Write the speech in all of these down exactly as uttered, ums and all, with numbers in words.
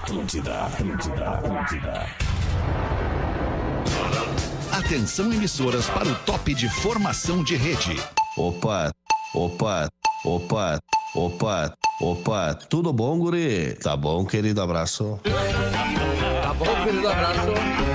Atlântida, Atlântida, Atlântida. Atenção, emissoras, para o top de formação de rede. Opa, opa, opa, opa, opa. Tudo bom, guri? Tá bom, querido, abraço. Tá bom, querido, abraço.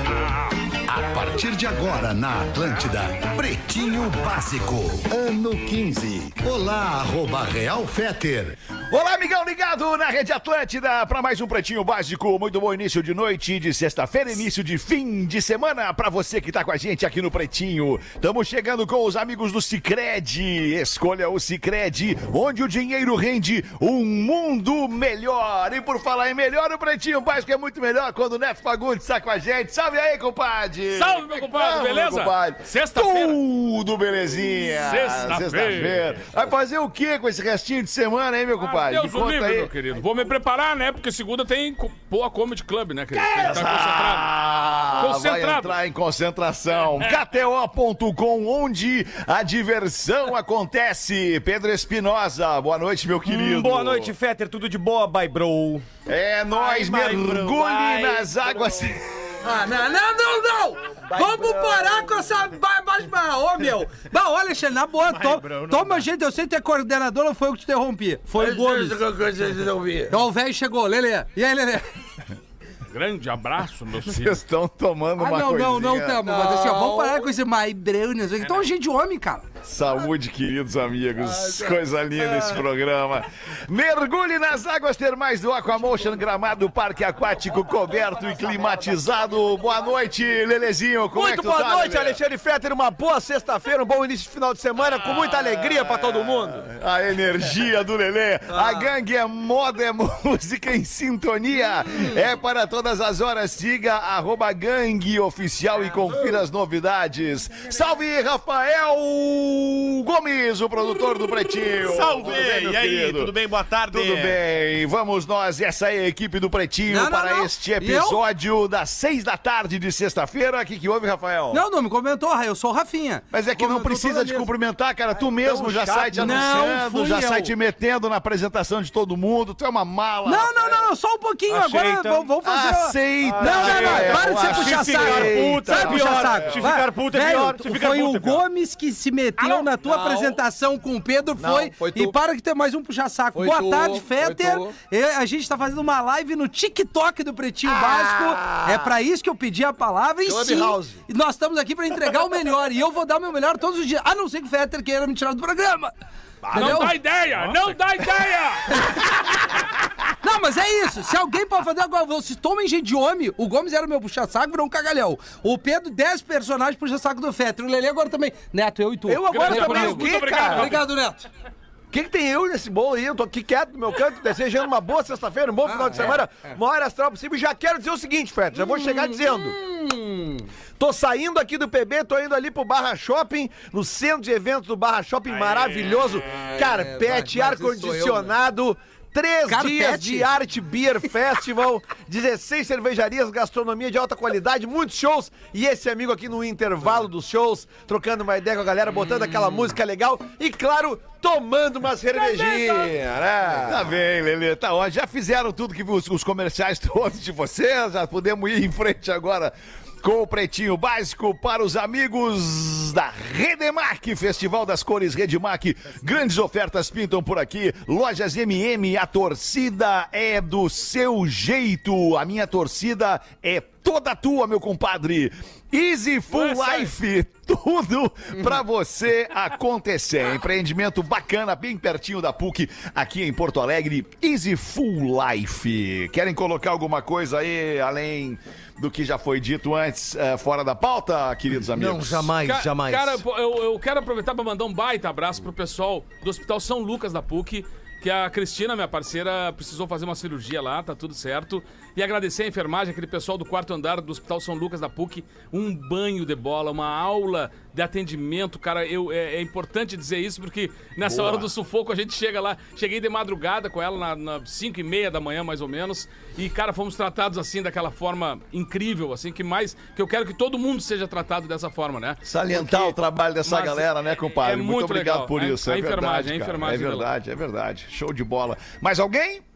A partir de agora, na Atlântida, Pretinho Básico, ano quinze. Olá, arroba Real Feter. Olá, amigão ligado na Rede Atlântida para mais um Pretinho Básico. Muito bom início de noite de sexta-feira, início de fim de semana para você que tá com a gente aqui no Pretinho. Estamos chegando com os amigos do Sicredi. Escolha o Sicredi, onde o dinheiro rende um mundo melhor. E por falar em melhor, o Pretinho Básico é muito melhor quando o Neto Fagundes está com a gente. Salve aí, compadre. Salve, meu compadre, beleza? Sexta-feira. Tudo belezinha. Sexta-feira. Sexta-feira. Vai fazer o que com esse restinho de semana, hein, meu compadre? Ah, Deus o livre, meu querido. Vou me preparar, né? Porque segunda tem Poa Comedy Club, né, querido? Tem que estar concentrado. Ah, Concentrado. Vai entrar em concentração. K T O ponto com, onde a diversão acontece. Pedro Espinosa, boa noite, meu querido. Hum, boa noite, Fetter. Tudo de boa, bye, bro. É nóis, mergulhe nas águas... Ah, não, não, não, não! Vamos parar com essa... Ô, meu! Bah, olha, Alexandre, na boa, to... toma gente, eu sei que tu é coordenador, não foi eu que te interrompi. Foi o Gomes. Então o velho chegou, Lelê. E aí, Lelê? Grande abraço, meu filho. Vocês estão tomando Ah, uma não, coisinha. não, não estamos. Mas assim, ó, vamos parar com esse My Brown. Então a gente homem, cara. Saúde, queridos amigos. Coisa linda esse programa. Mergulhe nas águas termais do Aquamotion, Gramado, Parque Aquático coberto e climatizado. Boa noite, Lelezinho. Como Muito é que tu boa tá, noite, Lelê? Alexandre Fetter. Uma boa sexta-feira, um bom início de final de semana, com muita alegria pra todo mundo. A energia do Lelê. A gangue é moda, é música em sintonia. É para todas as horas. Siga arroba gangue oficial e confira as novidades. Salve, Rafael Gomes, o produtor do Pretinho. Salve! Bem, e aí, querido? tudo bem? Boa tarde. Tudo bem, vamos nós, essa é a equipe do Pretinho Não, não, para não. este episódio das seis da tarde de sexta-feira. O que, que houve, Rafael? Não, não me comentou, eu sou o Rafinha. Mas é que não Comentou precisa toda te vez. cumprimentar, cara. Tu mesmo já chato. sai te Não anunciando, fui já eu. sai te metendo na apresentação de todo mundo. Tu é uma mala. Não, não, não, não, só um pouquinho. Aceita. Agora vamos, vamos fazer... Aceita. Não, não, não, É, para de ser eu puxar acho saco. que- puta, Sai é puxar pior. saco. Se Vai. ficar puta é Velho, pior, se ficar foi puta o é pior. Gomes que se meteu na tua Não. apresentação com o Pedro, foi. foi tu. E para que tem mais um puxa-saco. Foi Boa tu, tarde, foi Fetter. tu. E a gente tá fazendo uma live no TikTok do Pretinho Ah. Básico. É pra isso que eu pedi a palavra. E Clubhouse. sim, nós estamos aqui pra entregar o melhor. E eu vou dar o meu melhor todos os dias. A não ser que o Fetter queira me tirar do programa. Não Entendeu? dá ideia! Não dá ideia! Não, mas é isso. Se alguém pode fazer agora, vocês tomem gente de homem. O Gomes era meu puxa-saco, virou um cagalhão. O Pedro, dez personagens puxa-saco do Fetter. O Lelê agora também. Neto, eu e tu. Eu agora Grande também, abraço. o Muito quê, obrigado, cara? Obrigado, Neto. O que, que tem eu nesse bolo aí? Eu tô aqui quieto no meu canto, desejando uma boa sexta-feira, um bom final de semana, maior astral possível. E já quero dizer o seguinte, Fetter, já vou chegar dizendo. Tô saindo aqui do P B, tô indo ali pro Barra Shopping, no centro de eventos do Barra Shopping, maravilhoso. Carpete, mas- mas isso sou ar-condicionado. Três Carpete? dias de Art Beer Festival, dezesseis cervejarias, gastronomia de alta qualidade, muitos shows. E esse amigo aqui no intervalo dos shows, trocando uma ideia com a galera, botando aquela música legal e, claro, tomando uma cervejinha, né? Tá bem, Lelê, tá ótimo. Já fizeram tudo que os, os comerciais todos de vocês, já podemos ir em frente agora com o Pretinho Básico para os amigos da Redemac, Festival das Cores Redemac. Grandes ofertas pintam por aqui. Lojas M M, a torcida é do seu jeito. A minha torcida é toda tua, meu compadre. Easy Full Life, tudo pra você acontecer. Empreendimento bacana, bem pertinho da P U C, aqui em Porto Alegre. Easy Full Life. Querem colocar alguma coisa aí, além do que já foi dito antes, uh, fora da pauta, queridos amigos? Não, jamais, Ca- jamais. Cara, eu, eu quero aproveitar pra mandar um baita abraço pro pessoal do Hospital São Lucas da P U C, que a Cristina, minha parceira, precisou fazer uma cirurgia lá, tá tudo certo. E agradecer a enfermagem, aquele pessoal do quarto andar do Hospital São Lucas da P U C, um banho de bola, uma aula de atendimento, cara, eu, é, é importante dizer isso, porque nessa Boa. hora do sufoco a gente chega lá, cheguei de madrugada com ela, na cinco e meia da manhã, mais ou menos, e, cara, fomos tratados assim, daquela forma incrível, assim, que mais, que eu quero que todo mundo seja tratado dessa forma, né? Salientar Porque- o trabalho dessa mas galera, né, compadre? é muito, muito obrigado legal. por A- isso. a é enfermagem, verdade, a cara. enfermagem É dela. verdade, é verdade. Show de bola. Mais alguém?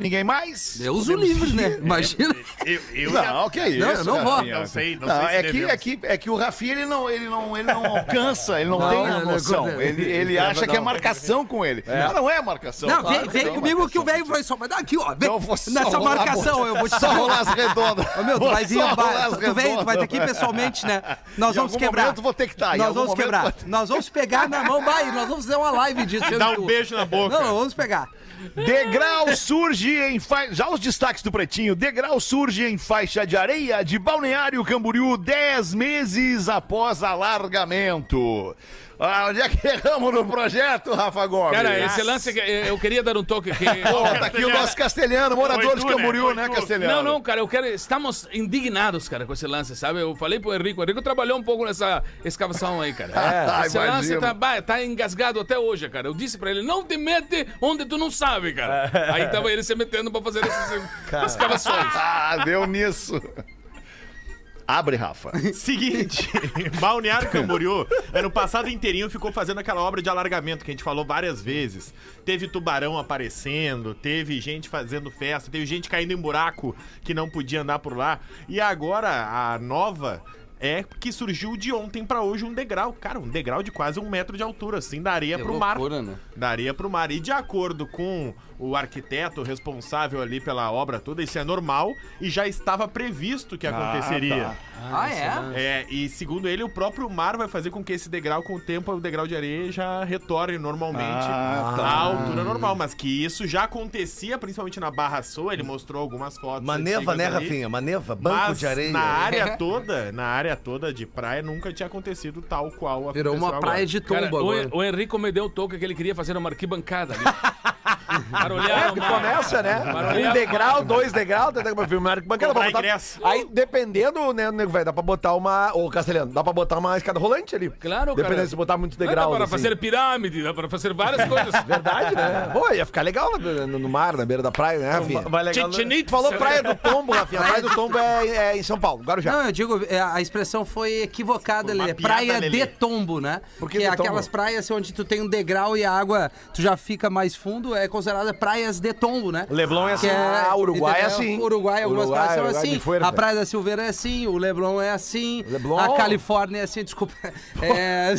Ninguém mais? Deus o livre, né? Imagina. Eu, eu Não, que isso, Não, eu não vou. Rafinha. Não sei, não, Não, sei se é, que, devemos. é, que, é que o Rafinha, ele não, ele não, ele não alcança, ele não, Não, tem a ele- noção. ele- Ele, ele acha que é marcação com ele. Mas não é marcação. Não, claro vem, que vem não é comigo que o marcação. velho vai só. Vai dar aqui, ó. Vem. Eu vou só Nessa rolar a marcação, bola. eu vou te Só rolar as redondas. Ô, meu, tu Vou vai vir, só rolar vai, as tu vem, tu vai redondas. ter aqui pessoalmente, né? Nós Em vamos algum quebrar. momento vou ter que estar, em Nós algum vamos momento quebrar. vou- Nós vamos pegar na mão, vai, nós vamos fazer uma live disso. eu e Dá um tu. beijo na boca. Não, vamos pegar. Degrau surge em faixa. Já os destaques do Pretinho. Degrau surge em faixa de areia de Balneário Camboriú dez meses após alargamento. Ah, onde é que erramos no projeto, Rafa Gomes? Cara, esse lance, que- eu queria dar um toque aqui. Pô, tá aqui o nosso Castelhano, morador Foi de tu, né? Camboriú, Foi né, tu. Castelhano? Não, não, cara, eu quero. Estamos indignados, cara, com esse lance, sabe? Eu falei pro Henrique, o Henrique trabalhou um pouco nessa escavação aí, cara. É, esse lance imagino. tá, bah, tá engasgado até hoje, cara. Eu disse pra ele, não te mete onde tu não sabe, cara. Aí tava ele se metendo pra fazer essas escavações. Ah, deu nisso. Abre, Rafa. Seguinte, Balneário Camboriú, ano passado inteirinho ficou fazendo aquela obra de alargamento que a gente falou várias vezes. Teve tubarão aparecendo, teve gente fazendo festa, teve gente caindo em buraco que não podia andar por lá. E agora a nova é que surgiu de ontem pra hoje um degrau. Cara, um degrau de quase um metro de altura, assim, da areia Que pro loucura, mar. né? Da areia pro mar. E de acordo com o arquiteto responsável ali pela obra toda, isso é normal e já estava previsto que aconteceria. Ah, é? É, e segundo ele, o próprio mar vai fazer com que esse degrau, com o tempo, o degrau de areia já retorne normalmente Ah, tá. à altura normal. Mas que isso já acontecia, principalmente na Barra Sul, ele mostrou algumas fotos. Maneva, antigas né, ali. Rafinha? Maneva, banco Mas de areia. na área toda, na área toda de praia, nunca tinha acontecido tal qual aconteceu Virou uma agora. praia de Cara, tombo o, agora. o Henrique me deu o toque que ele queria fazer uma arquibancada ali. Para olhar É, o que mar. começa, né? Para olhar Um o degrau, mar. dois degraus, tem que filmar arquibancada pra Comprar botar. ingresso. Aí, dependendo, né, nego velho, dá pra botar uma. Ô, Castelhano, dá pra botar uma escada rolante ali. Claro, cara. Dependendo se botar muitos Dá degraus. para assim. fazer pirâmide, dá para fazer várias coisas. Verdade, né? Pô, ia ficar legal no, no- no mar, na beira da praia, né, Rafinha? Vai legal. Chichen Tu Itza. falou Praia do Tombo, Rafinha. A Praia do Tombo é, é em São Paulo, Guarujá. Não, eu digo, é, a expressão foi equivocada Uma ali. É piada, praia Lelê. de tombo, né? Por que que é de tombo? aquelas praias onde tu tem um degrau e a água tu já fica mais fundo, é considerada praias de tombo, né? Leblon é assim. Que Ah, Uruguai é entendeu? assim. Uruguai, algumas Uruguai, praias são Uruguai de assim. Fuerza. A Praia da Silveira é assim, o Leblon é assim, Leblon. a Califórnia é assim, desculpa. É...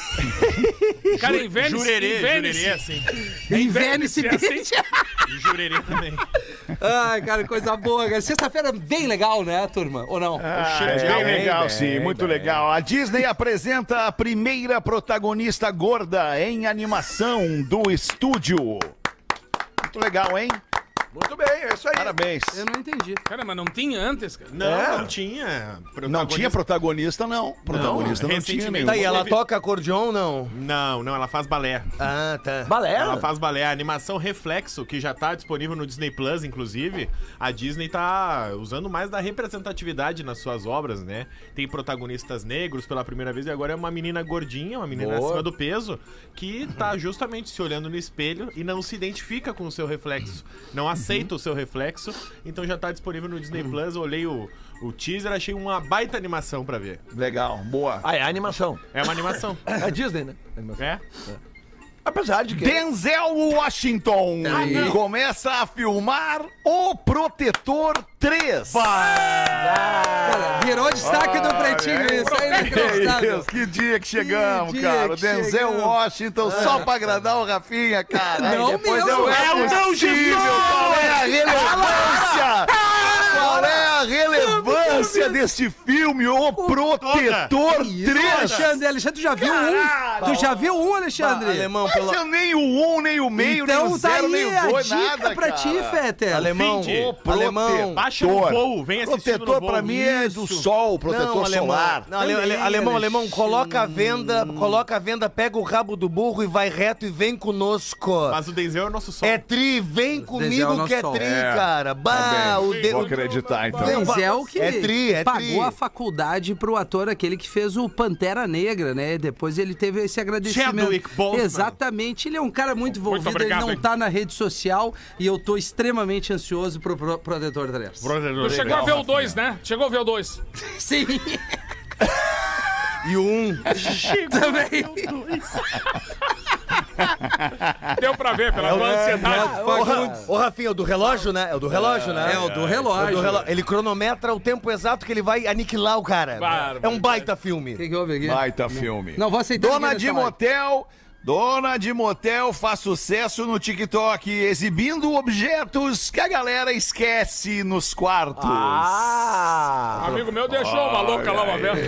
Cara, em Vênice, Jurerê, em Vênice. jurerê, assim. em Vênice é Beach. E jurerê também. Ai, cara, coisa boa, cara. Sexta-feira bem legal, né, turma? Ou não? Ah, cheiro é de bem álcool. legal, Bem, sim, bem, muito bem. legal. A Disney apresenta a primeira protagonista gorda em animação do estúdio. Muito legal, hein? Muito bem, é isso aí. Parabéns. Eu não entendi. Cara, mas não tinha antes, cara. Não, É? não tinha. Não tinha protagonista, não. Protagonista não, tinha recentemente. nenhum. Tá, e ela Teve- toca acordeon ou não? Não, não, ela faz balé. Ah, tá. Balé? Ela faz balé. A animação Reflexo, que já tá disponível no Disney Plus, inclusive, a Disney tá usando mais da representatividade nas suas obras, né? Tem protagonistas negros pela primeira vez e agora é uma menina gordinha, uma menina Boa. acima do peso, que tá justamente se olhando no espelho e não se identifica com o seu reflexo. Não aceita o seu reflexo. Então já tá disponível no Disney Plus. Eu olhei o, o teaser, achei uma baita animação pra ver. Legal, boa. Ah, é a animação. É uma animação. É a Disney, né? Animação. É? Apesar de que... Denzel Washington começa a filmar O Protetor três. Cara, virou destaque do Pretinho isso aí, Que inacreditável. isso, que dia que chegamos, Que dia cara. O que Denzel chegamos. Washington só pra agradar o Rafinha, cara. Não Depois mesmo. eu É o não possível. Qual é a relevância? Qual é a relevância desse filme, O Protetor Isso, três? Alexandre, Alexandre, tu já viu um? Tu já viu um, Alexandre? Alemão, Mas pelo... eu nem o um, nem o meio, nem Então o tá zero, nem aí o a dois, dica nada, pra cara. ti, Fetter. Alemão, O alemão. Baixa no voo, vem assistindo Protetor no voo. pra mim é do sol, protetor Não, alemão. solar. Não, ale- ale- Também, alemão, alemão, Alexandre. coloca a venda, coloca a venda, pega o rabo do burro e vai reto e vem conosco. Mas o Denzel é o nosso sol. É tri, vem Denzel é comigo o que é nosso tri, sol. cara. Bah, o de... Vou acreditar, então. Denzel que É tri, é pagou tri. a faculdade pro ator aquele que fez o Pantera Negra, né? Depois ele teve esse agradecimento. Chadwick Boseman. Exatamente, ele é um cara muito envolvido, obrigado, ele não hein? tá na rede social e eu tô extremamente ansioso pro, pro Protetor três. Tu chegou a ver o dois, né? Chegou a ver o dois. Sim, E o um. também. Deu pra ver pela tua ansiedade. Ô, Ra- Ô, Rafinha, o do relógio, né? É o do relógio, né? É o do É o relógio. do relo- Ele cronometra o tempo exato que ele vai aniquilar o cara. Bárbaro. É um baita filme. O que, que houve aqui? Baita filme. Não vou aceitar Dona ninguém de nessa live. motel, dona de motel faz sucesso no TikTok, exibindo objetos que a galera esquece nos quartos. Ah! Um amigo meu deixou uma louca lá uma vez.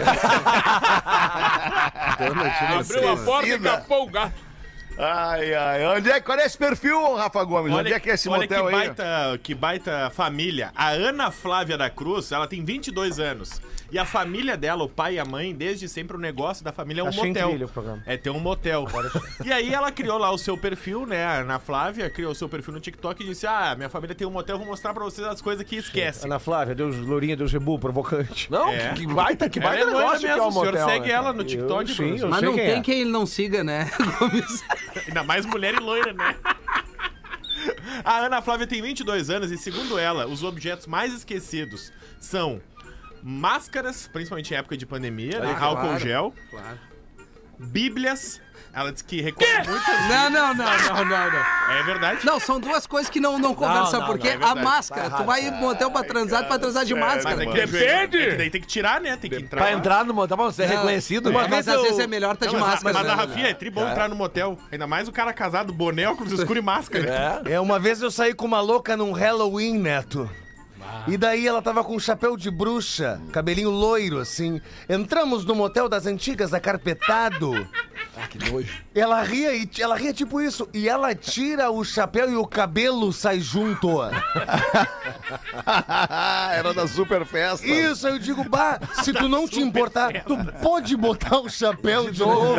Abriu a porta e capou o gato. Ai, ai, onde é, qual é esse perfil, Rafa Gomes? onde é que é esse olha motel que aí? baita, que baita família. A Ana Flávia da Cruz, ela tem vinte e dois anos. E a família dela, o pai e a mãe, desde sempre o negócio da família é um Achei motel. incrível o programa. É ter um motel. E aí ela criou lá o seu perfil, né? A Ana Flávia criou o seu perfil no TikTok e disse: Ah, minha família tem um motel, vou mostrar pra vocês as coisas que esquecem. Ana Flávia, Deus Lourinha, Deus Rebu, provocante. Não, É. que, que baita, que Ela baita é loira negócio que é mesmo, o o senhor motel. segue né, ela cara? no TikTok, Eu, sim, professor. eu Mas sei não quem tem é. quem ele não siga, né? Ainda mais mulher e loira, né? A Ana Flávia tem vinte e dois anos e, segundo ela, os objetos mais esquecidos são máscaras, principalmente em época de pandemia, né? claro. Álcool gel, Claro. bíblias. Ela disse que recolhe muitas. Não, não, não, não, não, não. É verdade? Não, são duas coisas que não, não conversam, não, porque não, é a verdade. máscara, tu vai em motel pra transar, tu vai transar de Mas máscara. é que Depende. É que daí tem que tirar, né? Tem que entrar. Pra lá. entrar no motel, pra ser Não, reconhecido. Mas, Uma às vez eu- vezes é melhor tá Não, de mas, a- máscara. mas a né? Rafinha é tri bom entrar no motel. Ainda mais o cara casado, boné, óculos escuro e máscara. É. É, uma vez eu saí com uma louca num Halloween, Neto. E daí ela tava com um chapéu de bruxa, cabelinho loiro, assim. Entramos no motel das antigas, acarpetado. Ah, que nojo. Ela ria e ela ria tipo isso. E ela tira o chapéu e o cabelo sai junto. Era da super festa. Isso, aí eu digo, bah, se tu não te importar, tu pode botar o chapéu de novo.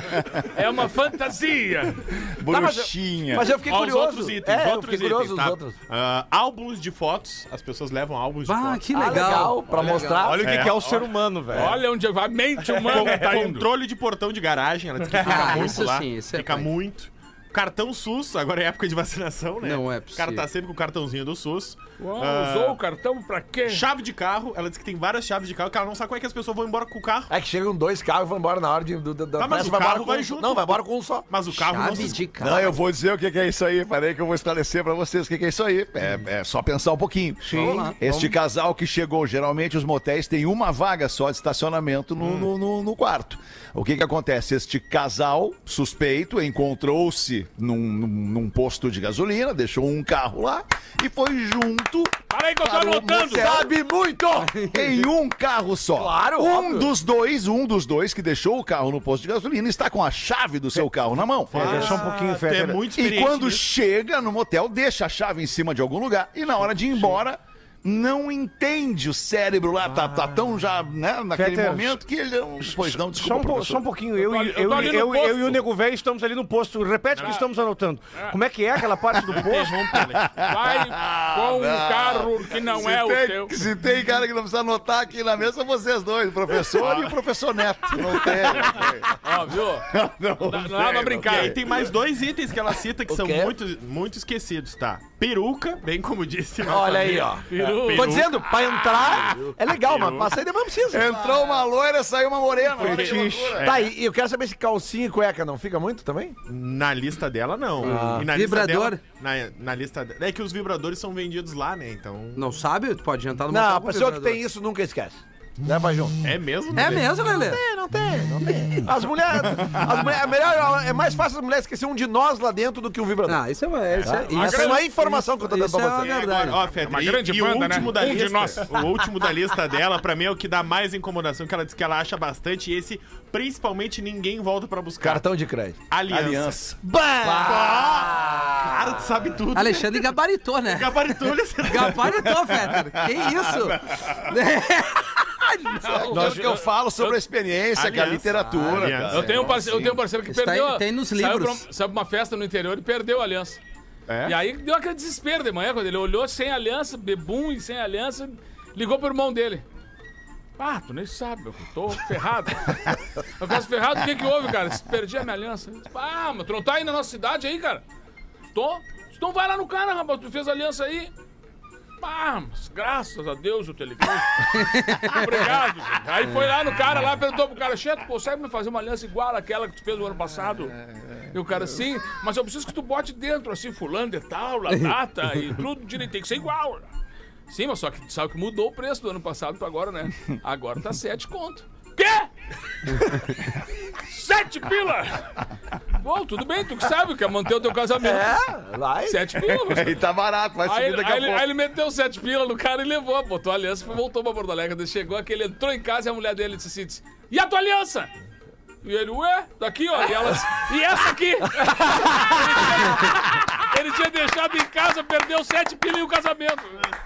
É uma fantasia. Bruxinha. Mas eu fiquei Ó, os curioso. outros itens, é, eu outros fiquei curioso itens, dos tá? outros. Ah, álbuns de fotos. As pessoas levam álbuns de Ah, fotos. que Ah, legal. legal, pra Legal. mostrar Olha o que que que é o ser humano, velho. Olha onde a mente humana tá indo. Controle de portão de garagem. Ela disse que fica Ah, muito isso lá. sim, isso é fica pai. muito. Cartão SUS, agora é época de vacinação, né? Não é O cara tá possível. sempre com o cartãozinho do SUS. Uau, Ah, usou o cartão pra quê? Chave de carro, ela disse que tem várias chaves de carro, que ela não sabe como é que as pessoas vão embora com o carro. É que chegam dois carros e vão embora na hora de. Do, do, da Tá, mas festa, o vai carro embora com vai um- junto. Não, vai embora com um só. Mas o carro não Chave se... de carro. Não, eu vou dizer o que que é isso aí. Peraí que eu vou esclarecer pra vocês o que que é isso aí. É, é só pensar um pouquinho. Vamos lá. Este casal que chegou, geralmente os motéis têm uma vaga só de estacionamento no, no, no- no quarto. O que que acontece? Este casal suspeito encontrou-se num, num, num posto de gasolina, deixou um carro lá e foi junto Para aí que eu tô para o anotando. motel. Sabe muito! em um carro só. Claro, Um óbvio. dos dois, um dos dois que deixou o carro no posto de gasolina está com a chave do seu carro na mão. É, só um pouquinho, Tu é Fetter. muito E experiente quando nisso. chega no motel, deixa a chave em cima de algum lugar e na hora de ir embora, não entende o cérebro lá, tá, tá tão já, né, naquele Fetter, momento que ele não... Pois não, Só desculpa, um, po- professor. só um pouquinho, eu, Eu tô e- ali- eu eu, tô ali no eu, eu, posto. e o Nego Velho estamos ali no posto. Repete o que estamos anotando. Como é que é aquela parte do posto? Vai com um carro que não se é o tem, teu. Se tem cara que não precisa anotar aqui na mesa, são vocês dois, o professor e o professor Neto. Não tem, não tem. Ó, viu? Não, Não, não dá pra E brincar. aí tem mais dois itens que ela cita que O são quê? muito, muito esquecidos, tá? Peruca, bem como disse. nossa Olha aí, amiga. ó. Peru. Tô dizendo, pra entrar é legal, mas pra sair depois não precisa. Entrou uma loira, saiu uma morena. Olha que Fetiche. loucura. Tá, e eu quero saber se calcinha e cueca não fica muito também? Na lista dela, não. Ah. E na Vibrador? Lista dela, na, na lista dela. É que os vibradores são vendidos lá, né? Então. Não sabe? Tu pode jantar no Não, motel a com pessoa que vibrador. tem isso nunca esquece. Leva junto. É mesmo? É mesmo, Lelê? É, não tem, não tem. As mulheres. As mulheres é, melhor, é mais fácil as mulheres esquecer um de nós lá dentro do que um vibrador. Ah, isso é, isso é, Isso é uma informação que eu tô dando isso pra é uma você. verdade. Ó, Fetter, uma e- grande e banda, o último né? da Um de lista, nós. O último da lista dela, pra mim, é o que dá mais incomodação, que ela diz que ela acha bastante, e esse, principalmente, ninguém volta pra buscar. Cartão de crédito. Aliança. Aliança. Cara, tu sabe tudo. Alexandre gabaritou, né? Gabaritou, ele acertou. Gabaritou, Fetter. Que isso? Não. Nós, eu falo sobre a experiência, que é a Aliança. literatura. Aliança. cara. Eu tenho um parceiro, eu tenho um parceiro que Isso perdeu. tá- a- tem nos saiu livros. pra, saiu pra uma festa no interior e perdeu a aliança. É? E aí deu aquele desespero de manhã, quando ele olhou sem aliança, bebum e sem aliança, ligou pro irmão dele. Ah, tu nem sabe, eu tô ferrado. Eu caso ferrado, o que que houve, cara? Perdi a minha aliança. Eu disse, ah, mas tu não tá aí na nossa cidade aí, cara? Tô. Então vai lá no cara, rapaz, tu fez aliança aí. Ah, mas graças a Deus eu te liguei. Obrigado, gente. Aí foi lá no cara, lá, perguntou pro cara, Cheto, consegue me fazer uma aliança igual àquela que tu fez no ano passado? E o cara, sim, mas eu preciso que tu bote dentro, assim, fulano de tal, a data e tudo direito, tem que ser igual. Sim, mas só que tu sabe que mudou o preço do ano passado pra agora, né? Agora tá sete conto. Quê? Sete pila! Bom, tudo bem, tu que sabe, quer manter o teu casamento. É, vai. Sete pila. Aí tá barato, vai Aí, subir daqui aí a ele, pouco. aí ele meteu sete pila no cara e levou, botou a aliança e voltou pra Porto Alegre. Ele chegou aqui, ele entrou em casa e a mulher dele disse assim, disse, e a tua aliança? E ele, ué, daqui, ó, e ela, e essa aqui? Ele tinha deixado em casa, perdeu sete pila e o casamento.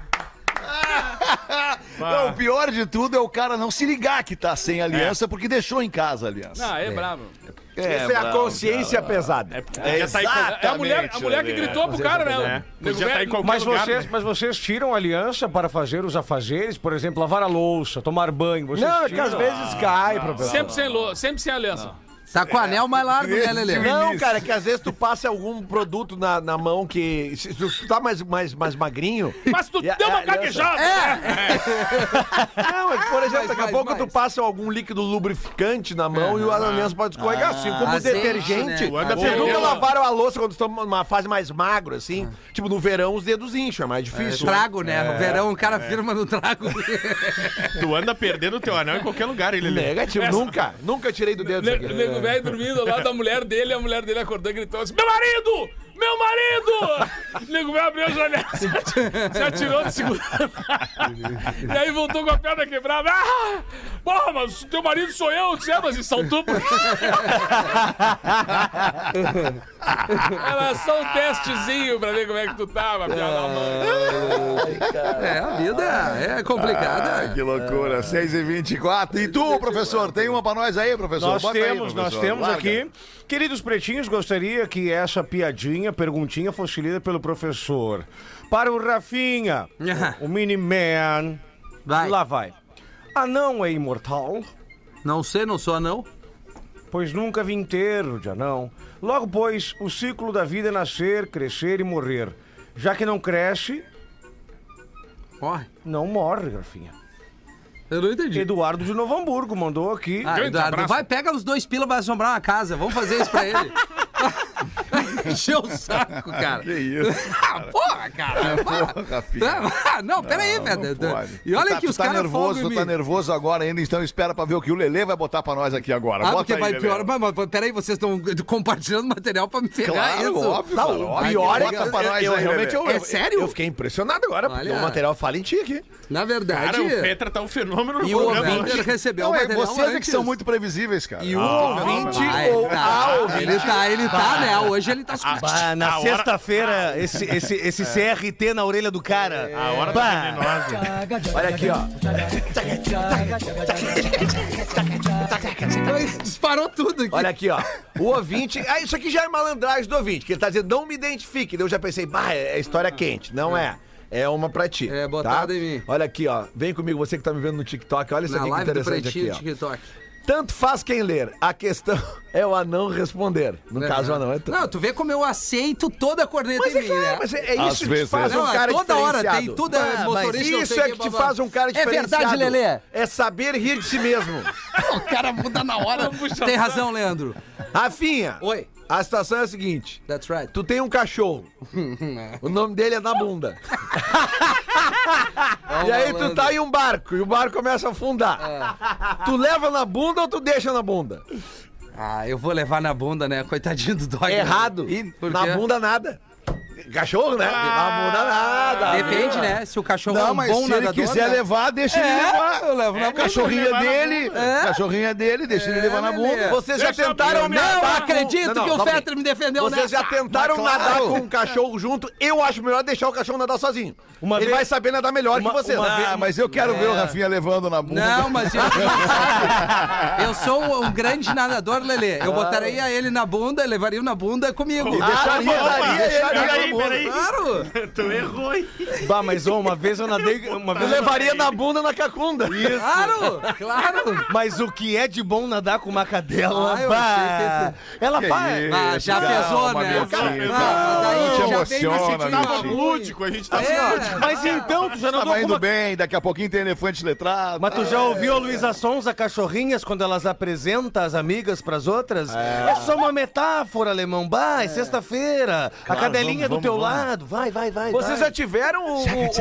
Não, o pior de tudo é o cara não se ligar que tá sem aliança porque deixou em casa a aliança. Ah, é, bravo. Essa é a consciência pesada. É, já tá em qualquer- É a mulher, a mulher que gritou pro cara, né? É. Podia tá em qualquer Mas lugar, vocês, né? mas vocês tiram aliança para fazer os afazeres? Por exemplo, lavar a louça, tomar banho. Vocês Não, é que tiram? às vezes cai, professor. Sempre sem, lo, sempre sem aliança. Tá com o anel mais largo, né, Lelê? Não, cara, que às vezes tu passa algum produto na, na mão que. Se tu tá mais, mais, mais magrinho. Mas tu E a- deu uma a aliança- gaguejada! Não, é que, por exemplo, Mais, daqui a mais, pouco mais. tu passa algum líquido lubrificante na mão e o aliança pode escorregar. Assim como o azeite, detergente. né? O Anda Vocês perdeu, nunca ó. lavaram a louça quando estão numa fase mais magro, assim? Tipo, no verão os dedos incham, é mais difícil. Trago, né? No verão o cara firma no trago. Tu anda perdendo o teu anel em qualquer lugar, ele lê. Negativo, nunca. Nunca tirei do dedo isso O aqui. nego velho dormindo lá da mulher dele, a mulher dele acordou e gritou assim: Meu marido! Meu marido! O nego velho abriu a janela, se ati- se atirou do segundo andar. E aí voltou com a perna quebrada. Ah! Porra, mas o teu marido sou eu, eu disse, é, mas e saltou por. Era só um testezinho pra ver como é que tu tava, filha da mãe. É, a vida é complicada. Ah, que loucura, seis e vinte e quatro. E tu, professor, tem uma pra nós aí, professor? Nós Bota aí, temos, nós professor. temos Larga. aqui. Queridos pretinhos, gostaria que essa piadinha, perguntinha, fosse lida pelo professor. Para o Rafinha, o Miniman. Vai. Lá vai. Anão é imortal? Não sei, não sou anão. Pois nunca vi inteiro de anão. Logo, pois, o ciclo da vida é nascer, crescer e morrer. Já que não cresce, Morre. não morre, Rafinha. Eu não entendi. Eduardo de Novo Hamburgo mandou aqui. Ah, Grande Eduardo, abraço. vai, pega os dois pila, vai assombrar uma casa. Vamos fazer isso pra ele. Encheu o saco, cara. Que isso? Ah, porra, cara. Porra, Rafinha. Ah, não, peraí, velho. Pode. E olha Tu tá- que tu os tá caras nervoso, folgam em tu tá mim. nervoso agora ainda, então espera pra ver o que o Lelê vai botar pra nós aqui agora. Ah, Bota porque aí, vai Lelê. piorar. Mas, mas peraí, vocês estão compartilhando material pra me ferrar Claro, isso. óbvio, Não, cara, o óbvio. pior é Bota que pra eu, nós eu aí, realmente Lelê. eu, É eu- sério? Eu fiquei impressionado agora, porque Olha. o material fala em ti aqui. Na verdade, Cara, o Petra tá um fenômeno no e o programa. ouvinte recebeu Não, o é material vocês é que antes. são muito previsíveis, cara. E o Ah, ouvinte Ah, ele ou tá, a ouvinte. ele tá, ele tá, né? Hoje ele tá... Bah, na A hora- sexta-feira, esse, esse, esse C R T na orelha do cara. A hora Bah. tá venenosa. Olha aqui, ó. Disparou tudo aqui. Olha aqui, ó. O ouvinte. Ah, isso aqui já é malandragem do ouvinte, que ele tá dizendo, não me identifique. Daí eu já pensei, bah, é história quente. Não é. É uma pra ti. É, botada tá? em mim. Olha aqui, ó. Vem comigo, você que tá me vendo no TikTok. Olha isso Na aqui que live do interessante Pretinho aqui, do ó. TikTok. Tanto faz quem ler. A questão é o anão responder. No caso, o anão é tu. Não, tu vê como eu aceito toda a corneta Mas em é mim, claro, né? mas é, é Às isso que vezes, te faz é. um Não, cara toda hora diferenciado. tem tudo. Ah, motorista, não Isso sei é o que te blá, blá. faz um cara É diferenciado. verdade, Lelê. É saber rir de si mesmo. O cara muda na hora. Tem razão, Leandro. Rafinha, Oi. a situação é a seguinte. That's right. Tu tem um cachorro. O nome dele é Na Bunda. E aí tu tá em um barco e o barco começa a afundar. Tu leva na bunda ou tu deixa na bunda? Ah, eu vou levar na bunda, né? Coitadinho do dog. É errado. Ih, por Na quê? bunda nada. Cachorro, né? Na bunda nada. Depende, né? Se o cachorro é Não, um mas bom se ele nadador, quiser né? levar, deixa ele É, levar. eu levo na É, bunda. cachorrinha levar na dele, É. cachorrinha dele, deixa ele É, levar na Lelê. bunda. Vocês já Deixa tentaram eu- nadar Não com- acredito Não, não, que o calma aí. Fetter me defendeu Vocês já nessa. tentaram Mas claro. nadar com um cachorro junto. Eu acho melhor deixar o cachorro nadar sozinho. Uma Ele vez- vai saber nadar melhor uma- que vocês. uma Ah, mas eu quero ver o Rafinha levando na bunda. Não, mas eu, sabe, eu sou um grande nadador, Lelê. Eu botaria ele na bunda, levaria na bunda comigo. Ah, Deixaria, botaria ele deixaria E na aí, peraí, peraí. Claro! Tu errou, hein? Bah, mas ó, uma vez eu nadei. Uma vez eu levaria na bunda na cacunda. Isso. Claro! Claro! Mas o que é de bom nadar com uma cadela? Ah, eu bah, ela Que faz. isso, Ah, já calma, pesou, meu né? filho, Ah, calma. daí Não te já vem emociona, nesse meu clima Tava filho. lúdico, a gente tá É. Mas então, tu já Tava nadou com indo uma... bem, daqui a pouquinho tem elefante letrado. Mas tu já ouviu a Luísa Sonza Cachorrinhas quando elas apresentam as amigas pras outras? É, só uma metáfora, alemão. Bah, é sexta-feira. A cadelinha vamos, do teu vamos, lado. Vai, vai, vai. Vocês vai. já tiveram o.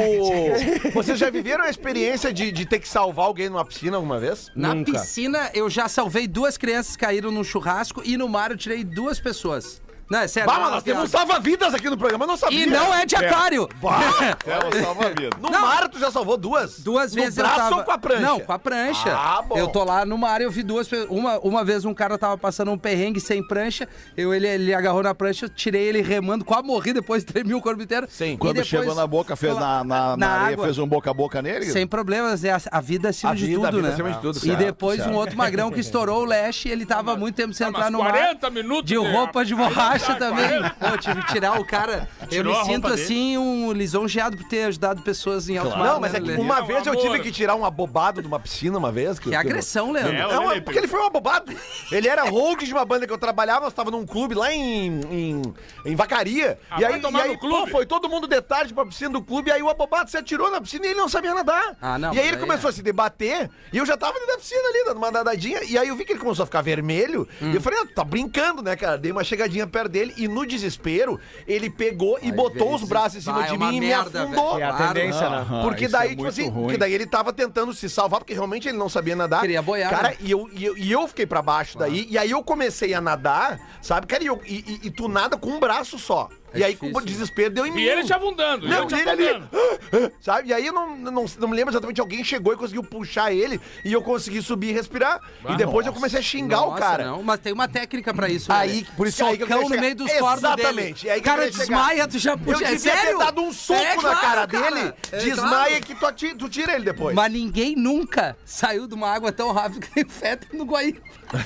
o- Vocês já viveram a experiência de, de ter que salvar alguém numa piscina alguma vez? Na Nunca. piscina, eu já salvei duas crianças que caíram num churrasco e no mar eu tirei duas pessoas. Não, é sério. Bah, não, mas nós piada. temos salva-vidas aqui no programa, eu não sabia. E não é de aquário. É o salva-vida. No Não. mar tu já salvou duas? Duas no vezes braço eu tava... ou com a prancha? Não, com a prancha. Ah, bom. Eu tô lá no mar e eu vi duas pessoas. Uma, uma vez um cara tava passando um perrengue sem prancha, eu, ele, ele agarrou na prancha, eu tirei ele remando, quase morri, depois tremi o corpo inteiro. Sim. E Quando depois- chegou na boca, fez na, na, na, Na areia, água. fez um boca a boca nele? Sem problemas, é a, a vida acima A de vida, a tudo, vida né? acima de tudo, E certo, depois certo. um outro magrão que estourou o leste, ele tava muito tempo sem Ah, entrar mas no mar. quarenta minutos De de- roupa de borracha Ah, também. quarenta. Pô, tive que tirar o cara. Eu Tirou me a sinto roupa assim, um lisonjeado por ter ajudado pessoas em alto mar. Não, mas né, é que Lelê? uma Não, vez eu amor. tive que tirar um abobado de uma piscina uma vez. Que agressão, Leandro. É, Não, Lelê, é porque ele foi um abobado. Ele era hold de uma banda que eu trabalhava, nós tava num clube lá em, em, em Vacaria. Ah, e vai aí, tomar e aí no clube. pô, foi todo mundo de tarde pra piscina do clube, e aí o abobado se atirou na piscina e ele não sabia nadar. Ah, não, e aí mas ele aí começou é. a se debater, e eu já tava dentro da piscina ali, dando uma nadadinha, e aí eu vi que ele começou a ficar vermelho, Hum. e eu falei, ah, tu tá brincando, né, cara? Dei uma chegadinha perto dele, e no desespero, ele pegou e botou os braços em cima Vai, de é uma mim merda, e me afundou. velho. É a Claro. tendência, né? Aham, Porque isso daí, é tipo muito assim, ruim. porque daí ele tava tentando se salvar, porque realmente ele não sabia nadar. Queria boiar, Cara, né? e eu, e, eu, e eu fiquei pra baixo daí, e aí eu comecei a nadar, sabe, cara, e, eu, e, e- e tu nada com um braço só. É e aí difícil. com o desespero deu em mim. E ele te afundando. Não, ele te ele ali, afundando. sabe? E aí eu não, não, não me lembro exatamente, alguém chegou e conseguiu puxar ele, e eu consegui subir e respirar, e depois eu comecei a xingar o Nossa, cara. não, mas tem uma técnica pra isso. Aí, né? por isso que aí que eu Socão queria no meio chegar. dos cornos dele. Exatamente, é aí O que eu cara queria chegar. desmaia, tu já puxa. Eu É devia ter sério? dado um soco É na claro, cara, cara. dele, É desmaia claro. que tu, ati- tu tira ele depois. Mas ninguém nunca saiu de uma água tão rápido que nem Feta no Guaíba.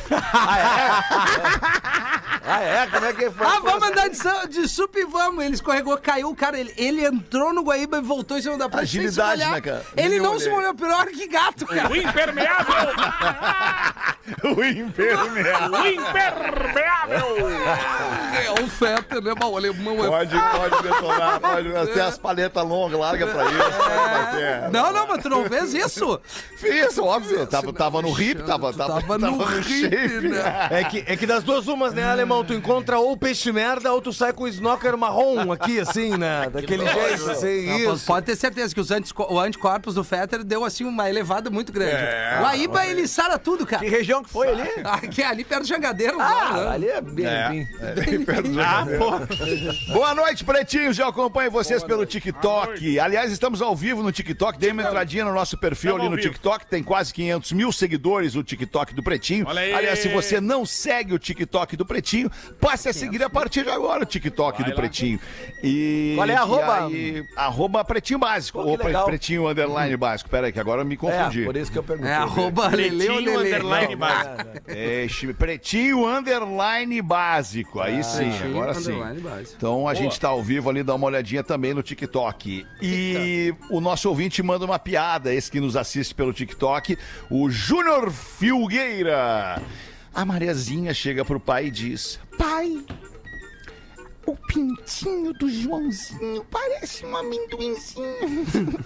Ah, é? Como é que foi? Ah, vamos andar de, su- de sup e vamos. Ele escorregou, caiu, cara. Ele, ele entrou no Guaíba e voltou em cima da praia. sem se Agilidade, molhar. né, cara? Ele Nem não olhei. se molhou, pior que gato, cara. O impermeável. O impermeável. O impermeável. É o Feta, né? Mas o alemão é... Pode, pode detonar, pode. Tem as paletas longas, larga pra isso. pode bater. Não, não, mas tu não fez isso? Fiz, óbvio. Tava, tava no hip, tava, Tu tava, tava no hip, shape. né? É que, é que das duas umas, né, alemão? Tu encontra ou peixe merda ou tu sai com o snorkel marrom aqui, assim, né? Daquele jeito, assim, Não, isso. Pode ter certeza que os antico- o anticorpos do Fetter deu, assim, uma elevada muito grande. O Guaíba, ele sara tudo, cara. Que região que foi ali? Aqui, ali perto do Jangadeiro. Ah, lá, né? ali é bem... bem- Ah, pô. Boa noite, pretinhos. Eu acompanho vocês pelo TikTok. Aliás, estamos ao vivo no TikTok. Dê uma entradinha no nosso perfil Estamos ali no ao vivo. TikTok. Tem quase quinhentos mil seguidores o TikTok do Pretinho. Olha aí. Aliás, se você não segue o TikTok do Pretinho, passe a seguir a partir de agora o TikTok Vai do lá. Pretinho. E, Qual é a e arroba? aí, arroba Pretinho Básico. Pô, que ou pre- legal. Pretinho Underline Básico. Pera aí, que agora eu me confundi. É, por isso que eu perguntei. É, arroba Lele ou Pretinho, Lele. underline Não, básico. É, chi- Pretinho Underline Básico. Aí sim, Pretinho agora sim. Underline Básico. Então a gente tá ao vivo ali, dá uma olhadinha também no TikTok. E o nosso ouvinte manda uma piada, esse que nos assiste pelo TikTok, o Júnior Filgueira. A Mariazinha chega pro pai e diz: pai, o pintinho do Joãozinho parece um amendoinzinho.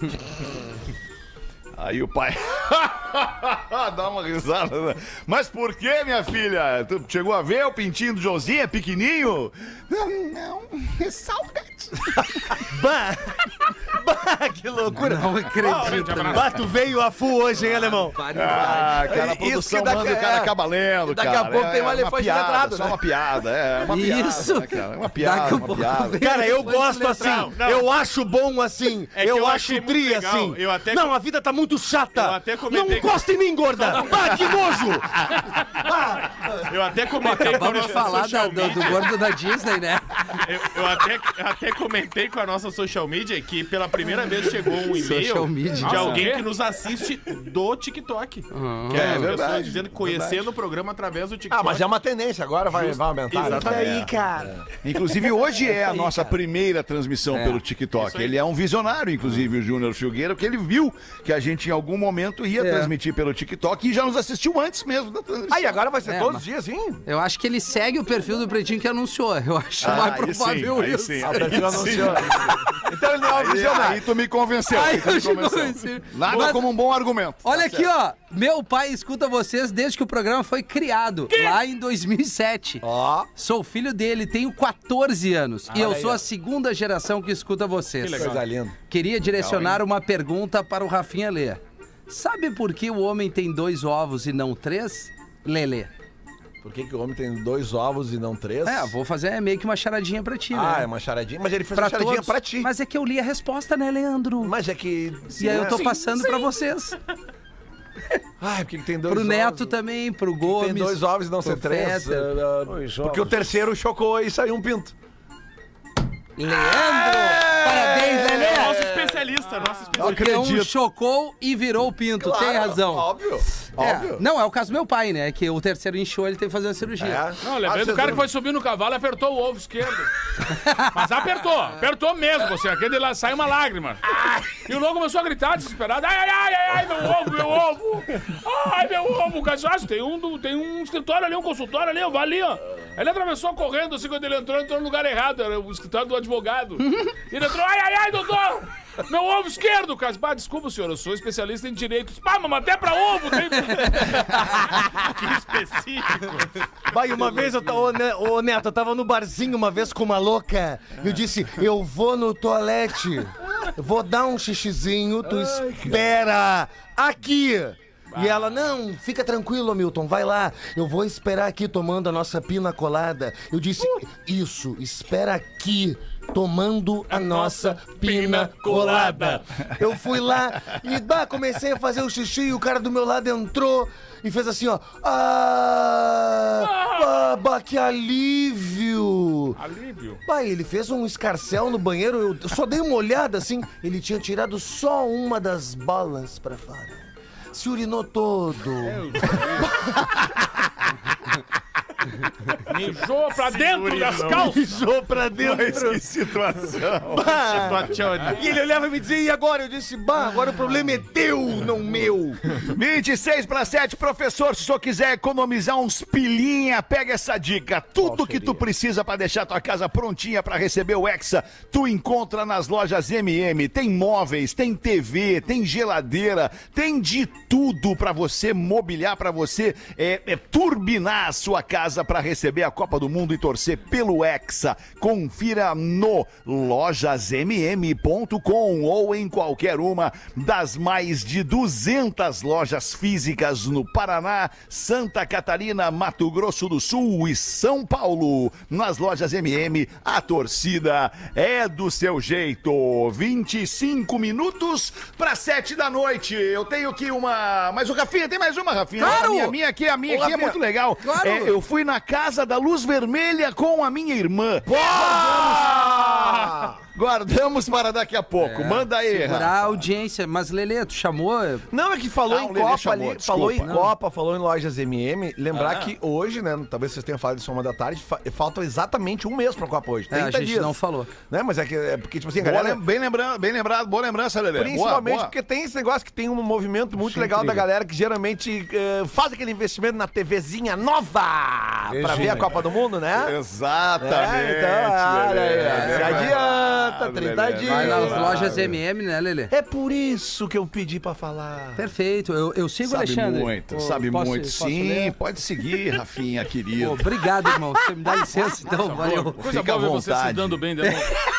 Aí o pai dá uma risada. Né? Mas por que, minha filha? Tu chegou a ver o pintinho do Joãozinho? É pequenininho? Não, não, é salgadinho. Bah! Bah, que loucura! Não acredito. né? Bah, tu veio a full hoje, hein, alemão? Ah, cara, a Isso produção que daqui- manda e o cara é. acaba lendo, Daqui cara. a pouco É tem um uma elefante piada, letrado, só né? uma piada, é uma piada, Isso. né, cara? É uma piada, Daqui a uma pouco piada. vem- Cara, eu Elefante gosto assim, letrado. Não, não. eu acho bom assim, É que eu, eu acho achei muito tri legal, assim. eu até Não, com- a vida tá muito chata. Eu até comentei Não com- encosta em mim, gorda. Bah, que nojo. Eu até comentei com a Vamos nossa falar da- social do, do media. gordo da Disney, né? Eu, eu até, eu até comentei com a nossa social media que pela primeira vez chegou um e-mail Social media. de Nossa, alguém é? que nos assiste do TikTok. Uhum. Que é, É as verdade, pessoas dizendo que conhecendo verdade. o programa através do TikTok. Ah, mas é uma tendência, agora vai, vai aumentar. né? Exatamente. Aí, cara. Inclusive, hoje é a nossa primeira transmissão pelo TikTok. Ele é um visionário, inclusive, o Júnior Filgueira, porque ele viu que a gente, em algum momento, ia É. transmitir pelo TikTok e já nos assistiu antes mesmo da transmissão. Aí, agora vai ser É, todos mas- os dias, sim? Eu acho que ele segue o perfil do Pretinho que anunciou. Eu acho Ah, mais aí provável sim, aí isso. sim, Ah, o aí perfil sim. anunciou. Então ele não é um Aí, visionário. aí tu me convenceu. Ai, aí tu me eu te convenceu. convenci. Nada Mas- como um bom argumento. Olha aqui, ó. Meu pai escuta vocês desde que o programa foi criado, lá em dois mil e sete. Ó. Sou filho dele, tenho quatorze anos. e eu aí, sou ó. a segunda geração que escuta vocês. Que legal. Coisa linda. Queria direcionar uma pergunta para o Rafinha Lê. Sabe por que o homem tem dois ovos e não três? Lelê. Por que, que o homem tem dois ovos e não três? É, vou fazer meio que uma charadinha pra ti, Ah, é né? uma charadinha. Mas ele fez Pra uma charadinha todos. pra ti. Mas é que eu li a resposta, né, Leandro? Mas é que... E aí eu tô Sim. passando pra vocês. Ai, porque que tem dois Pro ovos? Neto também, pro Gomes. Tem dois ovos e não ser pro três. Fetter. ah, ah, Dois porque o ovos. terceiro chocou e saiu um pinto. Leandro! Parabéns, Lelê! É nosso especialista, nosso especialista. Porque um chocou e virou o pinto. Tem razão. Óbvio. É. Óbvio. Não, é o caso do meu pai, né? Que o terceiro inchou, ele teve que fazer uma cirurgia. É. Não, lembrei Ah, do cara você- que foi subir no cavalo e apertou o ovo esquerdo. Mas apertou, apertou mesmo, você. Aquele lá sai uma lágrima. E o louco começou a gritar desesperado. Ai, ai, ai, ai, ai, meu ovo, meu ovo. Ai, meu ovo. Cachaço, tem um, do- tem um escritório ali, um consultório ali, eu vou ali, ó. Ele atravessou correndo, assim, quando ele entrou, entrou no lugar errado. Era o escritório do advogado. E ele entrou, ai, ai, ai, doutor. Meu ovo esquerdo, cara. Bah, desculpa, senhor, eu sou especialista em direitos. Pá, mas até pra ovo tem... Que específico. Vai, uma vez eu tava, ô, Ne- ô Neto, eu tava no barzinho uma vez com uma louca. Eu disse, eu vou no toalete, vou dar um xixizinho, tu espera aqui. E ela, não, fica tranquilo, Milton, vai lá. Eu vou esperar aqui tomando a nossa pina colada. Eu disse, isso, espera aqui, tomando a, nossa pina colada. Eu fui lá e bah, comecei a fazer o xixi e o cara do meu lado entrou e fez assim, ó. Ah, bah, que alívio. Alívio. Pai, ele fez um escarcel no banheiro, eu só dei uma olhada assim, ele tinha tirado só uma das bolas pra fora. Se urinou todo. Mijou pra dentro das calças. Mijou pra dentro. Mas que situação. Bah. Situazione. E ele olhava e me dizia, e agora? Eu disse, bah, agora o problema é teu, não meu. vinte e seis para sete, professor, se o senhor quiser economizar uns pilinha, pega essa dica. Tudo que tu precisa para deixar tua casa prontinha para receber o Hexa, tu encontra nas lojas M M. Tem móveis, tem T V, tem geladeira, tem de tudo para você mobiliar, para você é, é, turbinar a sua casa para receber a Copa do Mundo e torcer pelo Hexa. Confira no lojas m m ponto com ou em qualquer uma das mais de duzentas lojas físicas no Paraná, Santa Catarina, Mato Grosso do Sul e São Paulo. Nas lojas M M, a torcida é do seu jeito. vinte e cinco minutos para sete da noite. Eu tenho aqui uma... Mas o Rafinha, tem mais uma, Rafinha? Claro! A minha, a minha aqui, a minha Ô, aqui é Rafinha, muito legal. claro! É, eu fui na Casa da Luz Vermelha com a minha irmã. Ah! Guardamos para daqui a pouco. Manda aí, Segurar Rafa. a audiência. Mas, Lelê, tu chamou... Não, é que falou Ah, o em Lelê Copa chamou, ali, desculpa. falou em Não. Copa, falou em lojas M M. Lembrar Ah. que hoje, né, talvez vocês tenham falado isso uma da tarde, fa falta exatamente um mês pra Copa hoje. É, a trinta gente dias. não falou. Né, mas é que é porque, tipo assim, a Boa galera... lem- bem, lembrado, bem lembrado, boa lembrança, Lelê. Principalmente Boa, boa. porque tem esse negócio que tem um movimento muito legal da galera que geralmente eh, faz aquele investimento na TVzinha nova pra ver a Copa do Mundo, né? Exatamente. É, então, olha aí, Lelê. ó. Se adianta, trinta Lelê. dias. Vai nas Claro. lojas M M, né, Lelê? É por isso que eu pedi pra falar. Perfeito. Eu, eu sigo o Sabe Alexandre. muito, Ô, sabe posso- muito. posso Sim, ler? pode seguir, Rafinha, querido. Pô, obrigado, irmão. Você me dá licença, então. Valeu. Coisa Fica à boa ver você se vontade. dando bem dentro.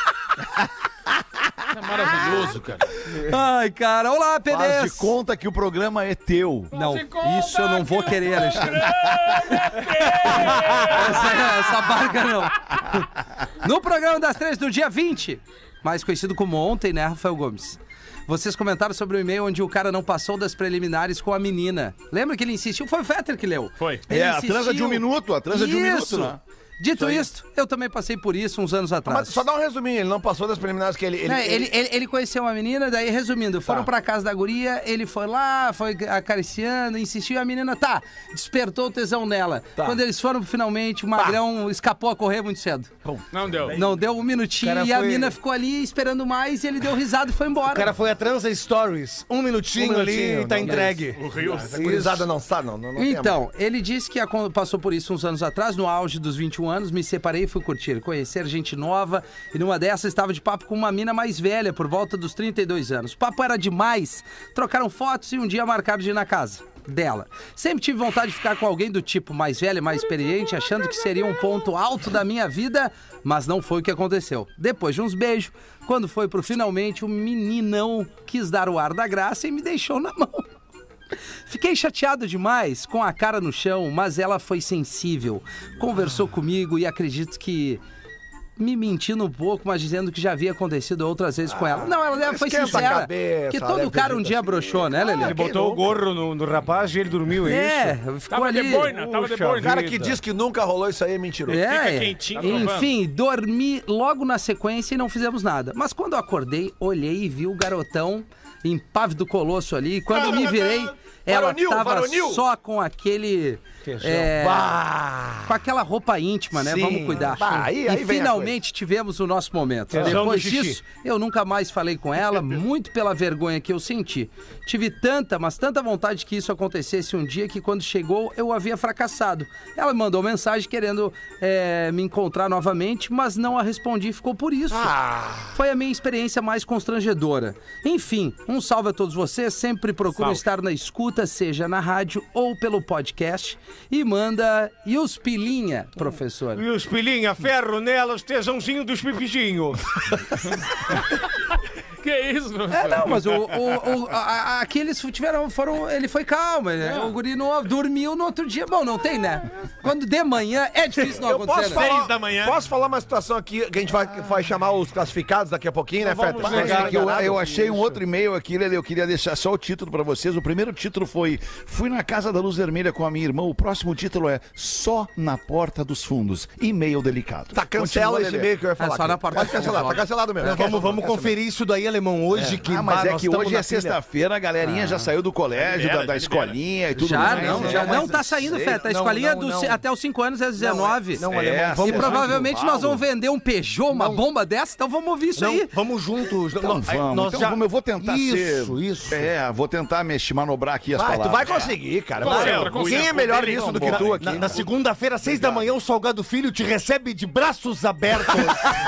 É maravilhoso, cara. Ai, cara. Olá, P Faz de dez. conta que o programa é teu. Não, Faz de conta isso eu não vou que querer, o Alexandre. programa Essa, essa barca não. No programa das três do dia vinte, mais conhecido como ontem, né, Rafael Gomes? Vocês comentaram sobre o e-mail onde o cara não passou das preliminares com a menina. Lembra que ele insistiu? Foi o Fetter que leu. Foi. Ele É, a transa de um insistiu. minuto, a transa de um Isso. minuto, né? Dito isto, eu também passei por isso uns anos atrás. Mas só dá um resuminho, ele não passou das preliminares que ele... Ele, Não, ele, ele, ele conheceu uma menina, daí resumindo, foram Tá. pra casa da guria, ele foi lá, foi acariciando, insistiu, e a menina, tá, despertou o tesão nela. Tá. Quando eles foram, finalmente, o Magrão escapou a correr muito cedo. Não deu. Não deu um minutinho O cara e a foi- mina ficou ali esperando mais e ele deu risada e foi embora. O cara foi a Transa Stories. Um minutinho, Um ali minutinho, e tá não, entregue. O Rio. Essa gurizada não sabe, não, não, não tem Então, ele disse que acon- passou por isso uns anos atrás, no auge dos vinte e um anos, me separei e fui curtir, conhecer gente nova, e numa dessas estava de papo com uma mina mais velha, por volta dos trinta e dois anos. O papo era demais, trocaram fotos e um dia marcaram de ir na casa dela. Sempre tive vontade de ficar com alguém do tipo mais velho, mais experiente, achando que seria um ponto alto da minha vida, mas não foi o que aconteceu. Depois de uns beijos, quando foi pro finalmente, o meninão quis dar o ar da graça e me deixou na mão. Fiquei chateado demais, com a cara no chão, mas ela foi sensível. Conversou comigo e acredito que me mentindo um pouco, mas dizendo que já havia acontecido outras vezes com ela. Não, ela foi esquenta a sincera. cabeça, Que ela todo deve ter cara um dito dia assim. broxou, né, Lelê? Ele botou o gorro no, no rapaz e ele dormiu, é É, isso? ficou Tava ali. de boina, tava de Puxa boina. O cara que vida. diz que nunca rolou isso aí é mentiroso. É, Fica quentinho, provando. enfim, dormi logo na sequência e não fizemos nada. Mas quando eu acordei, olhei e vi o garotão impávido colosso ali. E quando me virei, ela Varonil, tava varonil. só com aquele... é, com aquela roupa íntima, né? Sim. Vamos cuidar. Bah, aí- aí e vem a finalmente tivemos o nosso momento. Tesão Depois do xixi. disso, eu nunca mais falei com ela, muito pela vergonha que eu senti. Tive tanta, mas tanta vontade que isso acontecesse um dia que quando chegou eu havia fracassado. Ela me mandou mensagem querendo é, me encontrar novamente, mas não a respondi e ficou por isso. Foi a minha experiência mais constrangedora. Enfim, um salve a todos vocês. Sempre procuro Salve. estar na escuta, seja na rádio ou pelo podcast. E manda... E os pilinha, professor? E os pilinha, ferro nelas, tesãozinho dos pipidinhos. Que isso, É, professor? não, mas o, o, o, a- a- aqueles tiveram, foram, ele foi calmo, né? O guri não, dormiu no outro dia. Bom, não tem, né? Quando de manhã é difícil não Eu acontecer, posso né? falar, Seis da manhã. Posso falar uma situação aqui que a gente vai, vai chamar os classificados daqui a pouquinho, né, Feta? Mas é que eu, eu achei um outro e-mail aqui, Lelê, eu queria deixar só o título pra vocês. O primeiro título foi: Fui na Casa da Luz Vermelha com a minha irmã. O próximo título é Só na Porta dos Fundos. E-mail delicado. Tá, cancela Continua, esse Lelê. e-mail que eu ia falar. É só aqui. na porta Pode dos cancelar, fundos. tá cancelado mesmo. Não, vamos, vamos conferir isso daí, alemão, hoje que Ah, mas bah, é nós que estamos hoje é na pilha. sexta-feira, a galerinha já saiu do colégio, libera, da, da já libera. escolinha e tudo Já, mais. não, né? já mas não tá saindo, sei, Feta. A não, escolinha não, dos- não. até os cinco anos é dezenove. Não, É, alemão, E vamos provavelmente junto, nós vamos Paulo. vender um Peugeot, uma bomba dessa, então vamos ouvir isso Não, aí. vamos juntos. Então Não, vamos, nós então já- vamos, eu vou tentar isso, ser... Isso, É, vou tentar mexer, manobrar aqui as Vai, tu palavras. vai conseguir, cara. Concentra, Vai. concentra. Quem é melhor nisso do que tu aqui? Na, na segunda-feira, seis da manhã, o Salgado Filho te recebe de braços abertos.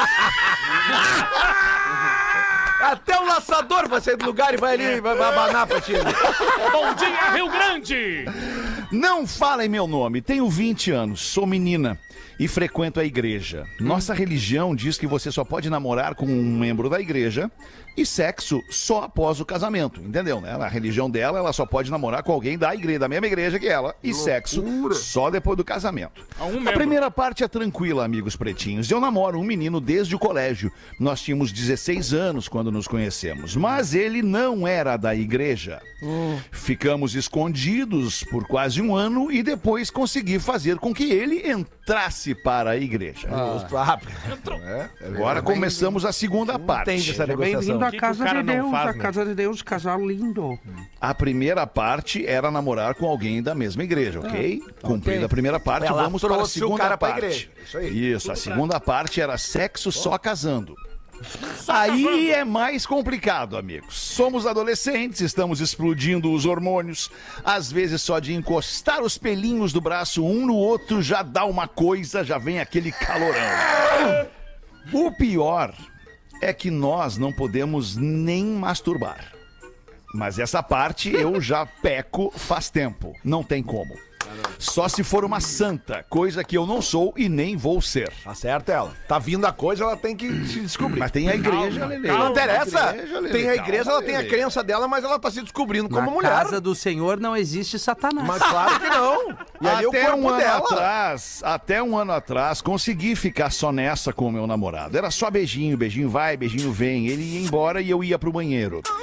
Até o laçador vai sair do lugar e vai ali e vai, vai abanar pra ti. Bom dia, Rio Grande! Não falem meu nome, tenho vinte anos, sou menina e frequento a igreja. Nossa religião diz que você só pode namorar com um membro da igreja e sexo só após o casamento, entendeu, né? A religião dela, ela só pode namorar com alguém da igreja, da mesma igreja que ela, e sexo só depois do casamento. A um A membro. primeira parte é tranquila, amigos pretinhos. Eu namoro um menino desde o colégio. Nós tínhamos dezesseis anos quando nos conhecemos, mas ele não era da igreja. Ficamos escondidos por quase um ano e depois consegui fazer com que ele entrasse para a igreja. É, Agora começamos a segunda parte. Entende essa negociação. à que que o cara não faz, né? casa de Deus, casal lindo. A primeira parte era namorar com alguém da mesma igreja, ok? Cumprida a primeira parte, Ela vamos para a trouxe o segunda cara pra parte. igreja. Isso aí. Isso, a segunda parte era sexo só casando. Aí é mais complicado, amigos. Somos adolescentes, estamos explodindo os hormônios. Às vezes só de encostar os pelinhos do braço um no outro já dá uma coisa, já vem aquele calorão. O pior é que nós não podemos nem masturbar. Mas essa parte eu já peco faz tempo. Não tem como. Só se for uma santa, coisa que eu não sou e nem vou ser. Tá certo ela. Tá vindo a coisa, ela tem que se descobrir. Mas tem a igreja, Lelê. Não interessa. A igreja, Lelê. Tem a igreja, Calma, ela tem a Lelê. crença dela, mas ela tá se descobrindo como Na mulher. casa do Senhor não existe Satanás. Mas claro que não. E ali é o Até corpo um ano dela. atrás, até um ano atrás, consegui ficar só nessa com o meu namorado. Era só beijinho, beijinho vai, beijinho vem. Ele ia embora e eu ia pro banheiro.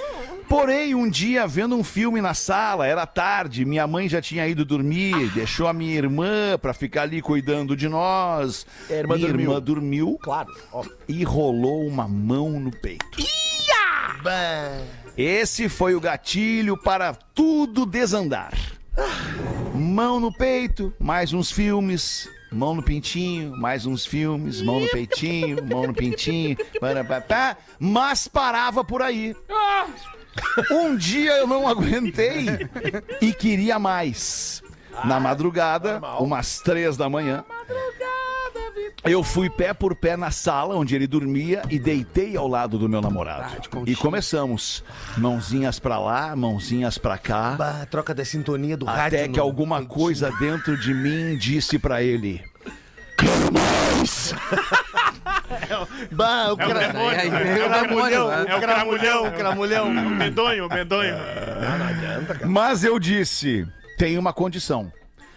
Porém, um dia, vendo um filme na sala, era tarde, minha mãe já tinha ido dormir, deixou a minha irmã pra ficar ali cuidando de nós. A irmã minha dormiu. irmã dormiu Claro. Ó. e rolou uma mão no peito. Esse foi o gatilho para tudo desandar. Mão no peito, mais uns filmes. Mão no pintinho, mais uns filmes. Mão no peitinho, mão no pintinho. Parapapá, mas parava por aí. Um dia eu não aguentei e queria mais. Na madrugada, umas três da manhã, eu fui pé por pé na sala onde ele dormia e deitei ao lado do meu namorado. E começamos. Mãozinhas pra lá, mãozinhas pra cá. Bah, troca da sintonia do rádio. Até que no- alguma coisa dentro de mim disse pra ele: quero mais! Bah, o É o cara... demônio. aí É veio o o demônio, cramulhão. né? É o cramulhão, o cramulhão. O medonho, o medonho. Mas eu disse: tem uma condição.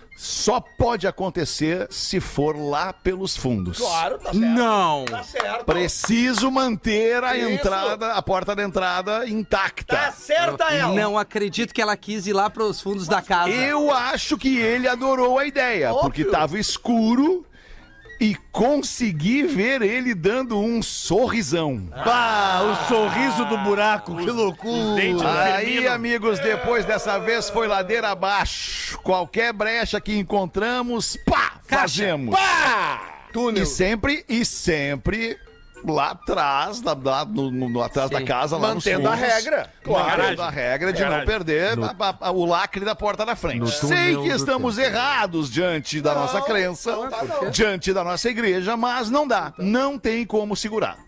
Só pode acontecer se for lá pelos fundos. Claro, tá certo. Não. Tá certo. Preciso manter a Isso. entrada, a porta da entrada intacta. Tá certa ela. Não acredito que ela quis ir lá pros fundos da casa. Eu acho que ele adorou a ideia, Óbvio. porque tava escuro e consegui ver ele dando um sorrisão. Bah, o sorriso do buraco, que loucura. dentes do Aí, Firmino. amigos, depois dessa vez foi ladeira abaixo. Qualquer brecha que encontramos, pá, fazemos. Túnel. E sempre, e sempre lá atrás, lá, lá no, no- no- atrás da casa, lá Mantendo nos a fundos. regra. Claro, Garagem. a regra de não Garagem. perder a- a- a- o lacre da porta da frente. Sei que estamos errados diante da nossa crença, diante da nossa igreja, mas não dá, não tem como segurar.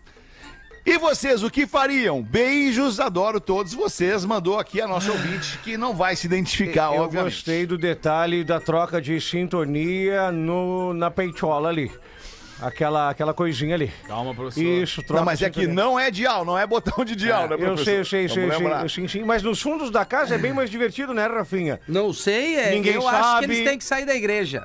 E vocês, o que fariam? Beijos, adoro todos vocês. Mandou aqui a nossa ouvinte, que não vai se identificar, Eu obviamente. gostei do detalhe da troca de sintonia no, na peitola ali. Aquela, aquela coisinha ali. Calma, professor. Isso, troca Não, mas de é que sintonia. não é dial, não é botão de dial, né, Eu professor? sei, eu sei, eu sei, Vamos eu sei, lembrar. eu sim, sim. Mas nos fundos da casa é bem mais divertido, né, Rafinha? Não sei, é. Ninguém eu acho sabe. que eles têm que sair da igreja.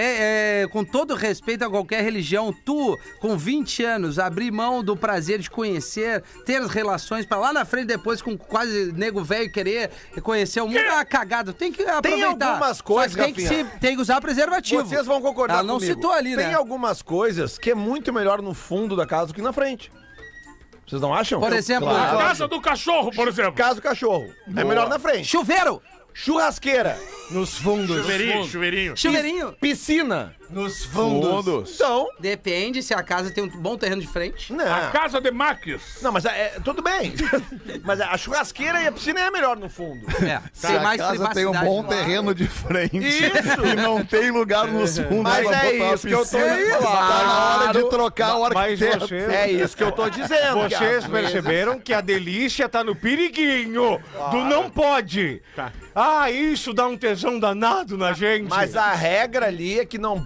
É, é, com todo respeito a qualquer religião, tu, com vinte anos, abrir mão do prazer de conhecer, ter as relações pra lá na frente, depois com quase nego velho querer conhecer o mundo, é uma cagada. Tem que aproveitar. algumas coisas, Só que tem que, Rafinha. se, tem que usar preservativo. Vocês vão concordar Ela não comigo. citou ali, Tem né? algumas coisas que é muito melhor no fundo da casa do que na frente. Vocês não acham? Por exemplo, A casa do cachorro, por exemplo. Casa do cachorro. É melhor na frente. chuveiro, Churrasqueira. Nos fundos. Chuveirinho, chuveirinho. chuveirinho. Piscina. Nos fundos. Fundos. Então, Depende se a casa tem um bom terreno de frente. não. A casa de Max. Não, mas é, tudo bem. Mas a churrasqueira e a piscina é melhor no fundo. É, Se tem a mais casa tem privacidade. um bom lá. terreno de frente Isso. e não tem lugar nos fundos Mas pra é botar uma isso que eu tô piscina, dizendo. tá na hora de trocar o Mas arquiteto. vocês, É isso que eu tô dizendo. que vocês às perceberam que a delícia tá no periguinho do não pode. Tá. Ah, isso dá um tesão danado na gente. Mas a regra ali é que não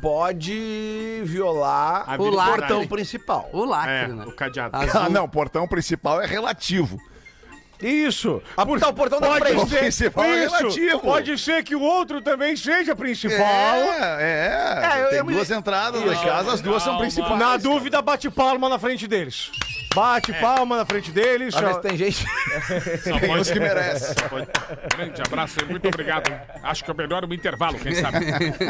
pode violar A o lacre. portão principal. O lacre, É, né? o cadeado. Azul. Ah, não, o portão principal é relativo. Isso. Ah, tá, o portão da Pode frente. ser, principal é isso. relativo. Pode ser que o outro também seja principal. É, é. É, eu- tem eu me- duas entradas na casa, as duas são Calma. principais. Na dúvida, bate palma na frente deles. Bate palma na frente deles. Pra ver se tem gente. Só Tem pode- uns que merecem. só pode- Grande abraço, muito obrigado. Acho que é melhor um intervalo, quem sabe.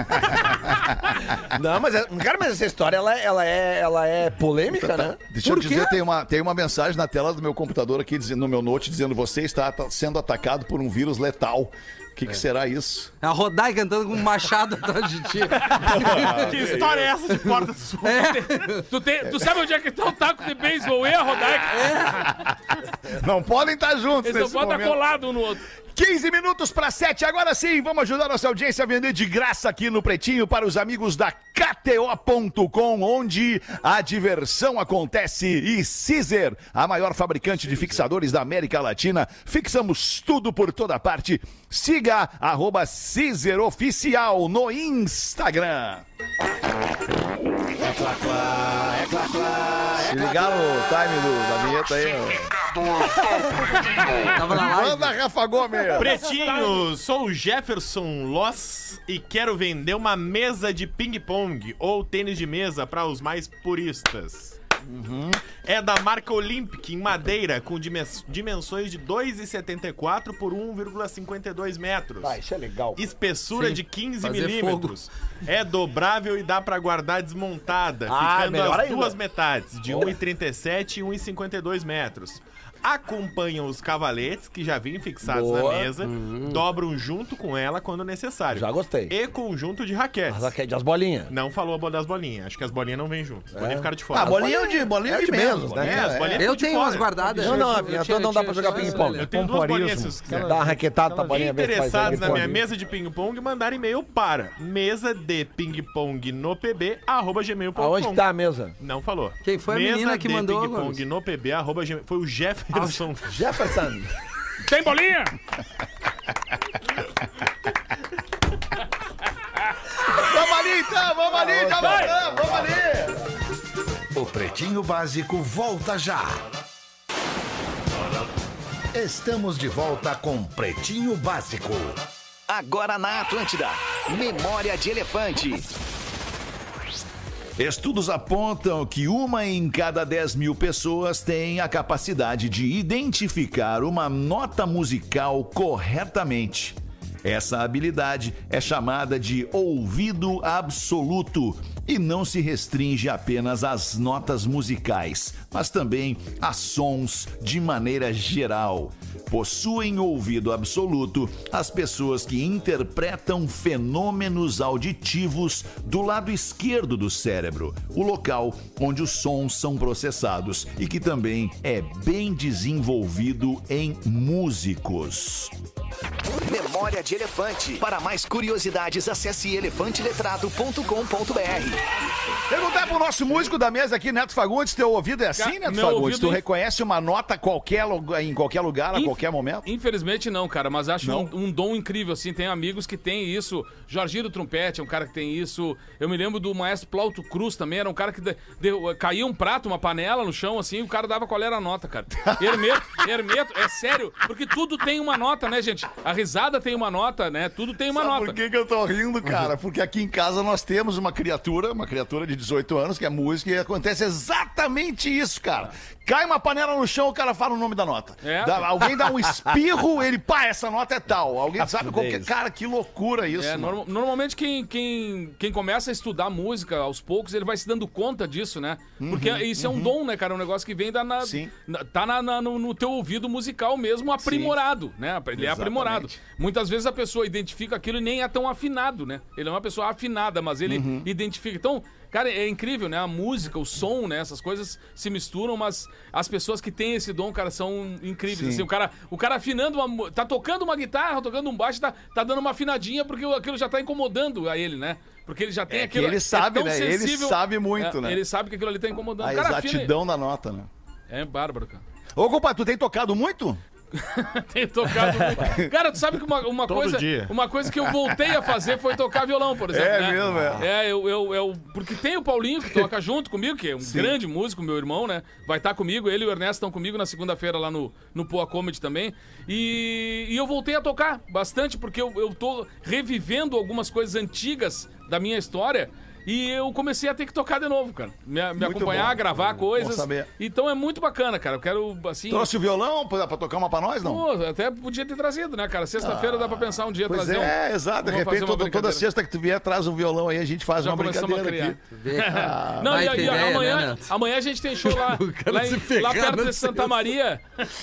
Não, mas, é- cara, mas essa história ela, ela, é, ela é polêmica, né? Deixa eu dizer, tem uma, tem uma mensagem na tela do meu computador aqui, dizendo, no meu note, dizendo: você está ta- sendo atacado por um vírus letal. O que, que será isso? A Rodai cantando com um machado atrás de ti. Que história é essa de porta sul? Tu, tem- tu sabe onde é que tá o taco de beisebol e a Rodaica? Não podem estar juntos Eles não nesse podem estar momento. colados um no outro. quinze minutos para sete, agora sim, vamos ajudar nossa audiência a vender de graça aqui no Pretinho para os amigos da K T O ponto com, onde a diversão acontece. E Cizer, a maior fabricante de fixadores da América Latina, fixamos tudo por toda parte. Siga arroba Cizer Oficial no Instagram. Se ligar no time do, da vinheta aí, Tava na live. manda Rafa Gomes. Pretinho, sou o Jefferson Loss e quero vender uma mesa de ping-pong ou tênis de mesa para os mais puristas. Uhum. É da marca Olympic, em madeira, com dimens- dimensões de dois vírgula setenta e quatro por um vírgula cinquenta e dois metros. Ah, isso é legal. Espessura Sim, de quinze fazer milímetros. É dobrável e dá pra guardar desmontada, Ah, ficando melhor as ainda. duas metades, de um vírgula trinta e sete e um vírgula cinquenta e dois metros. Acompanham os cavaletes, que já vêm fixados Boa. na mesa, dobram junto com ela quando necessário. Já gostei. E conjunto de raquetes. As raquetes, as bolinhas. Não falou a bola das bolinhas. Acho que as bolinhas não vêm juntas. As bolinhas ficaram de fora. Ah, bolinha de, bolinha é de de menos, menos, né? É, as bolinhas Eu ficam de tenho fora. umas guardadas. Não, não, eu- eu avião, tinha- não dá pra tinha- jogar tinha- ping-pong. Eu tenho duas bolinhas, se Pompoarismo. vocês quiserem. Dá uma raquetada pra bolinha, ver se faz Interessados na minha ping-pong. mesa de ping-pong, mandar e-mail para mesa de ping-pong no pb arroba gmail ponto com. Aonde que tá a mesa? Não falou. Quem foi a mesa menina que de mandou, ping-pong Gomes? no pb arroba gmail. Foi o Jefferson. Jefferson. Tem bolinha? Vamos ali então, vamos ali, já voltamos, vamos ali. O Pretinho Básico volta já. Estamos de volta com Pretinho Básico. Agora na Atlântida, Memória de Elefante. Estudos apontam que uma em cada dez mil pessoas tem a capacidade de identificar uma nota musical corretamente. Essa habilidade é chamada de ouvido absoluto e não se restringe apenas às notas musicais, mas também a sons de maneira geral. Possuem ouvido absoluto as pessoas que interpretam fenômenos auditivos do lado esquerdo do cérebro, o local onde os sons são processados e que também é bem desenvolvido em músicos. Memória de Elefante. Para mais curiosidades, acesse elefante letrado ponto com ponto b r. Perguntar pro nosso músico da mesa aqui, Neto Fagundes, teu ouvido é assim, Ca- Neto meu Fagundes? ouvido Tu in- reconhece uma nota qualquer, lu- em qualquer lugar, a Inf- qualquer momento? Infelizmente não, cara, mas acho Não? um, um dom incrível, assim, tem amigos que têm isso, Jorginho do Trompete é um cara que tem isso, eu me lembro do maestro Plauto Cruz também, era um cara que de, de, caía um prato, uma panela no chão, assim, e o cara dava qual era a nota, cara. Hermeto, Hermeto, é sério, porque tudo tem uma nota, né, gente? A risada tem uma nota, né, tudo tem uma Sabe nota. por que, que eu tô rindo, cara? Porque aqui em casa nós temos uma criatura, uma criatura de dezoito anos, que é música, e acontece exatamente isso, cara. Cai uma panela no chão, o cara fala o nome da nota. É. Dá- alguém dá um espirro, ele, pá, essa nota é tal. Alguém sabe qualquer. Cara, que loucura isso. É, mano. norma- normalmente quem, quem, quem começa a estudar música aos poucos, ele vai se dando conta disso, né? Porque isso é um dom, né, cara? É um negócio que vem da, na, Sim. na- tá na- na- no, no teu ouvido musical mesmo aprimorado, né? Ele é Exatamente. aprimorado. Muitas vezes a pessoa identifica aquilo e nem é tão afinado, né? Ele é uma pessoa afinada, mas ele identifica. Então, cara, é incrível, né? A música, o som, né? Essas coisas se misturam, mas as pessoas que têm esse dom, cara, são incríveis. Assim, o, cara, o cara afinando uma. mu- Tá tocando uma guitarra, tocando um baixo, tá, tá dando uma afinadinha porque aquilo já tá incomodando a ele, né? Porque ele já tem É que aquilo. ele sabe, tão né? Ele sensível- sabe muito, É, né? Ele sabe que aquilo ali tá incomodando. A O cara afina- exatidão da nota, né? É bárbaro, cara. Ô, compadre, tu tem tocado muito? Tem tocado muito. Cara, tu sabe que uma, uma Todo coisa. dia. Uma coisa que eu voltei a fazer foi tocar violão, por exemplo. É né? mesmo, é? É, eu, eu, eu. Porque tem o Paulinho que toca junto comigo, que é um grande músico, meu irmão, né? Vai estar comigo, ele e o Ernesto estão comigo na segunda-feira lá no, no Poa Comedy também. E, e eu voltei a tocar bastante, porque eu, eu tô revivendo algumas coisas antigas da minha história. E eu comecei a ter que tocar de novo, cara. Me, me acompanhar, bom. gravar coisas. saber. Então é muito bacana, cara. Eu quero, assim. Trouxe o violão pra, pra tocar uma pra nós, não? Pô, até podia ter trazido, né, cara? Sexta-feira dá pra pensar um dia Pois trazer um. é, exato. De vamos fazer repente, uma toda, toda brincadeira. sexta que tu vier, traz um violão aí, a gente faz Já uma começamos a brincadeira criar. aqui. Ah, Não, e, baita e ideia, amanhã, né, Neto? amanhã a gente tem show lá, cara lá, se em- ferrando lá perto de na Santa sexta. Maria.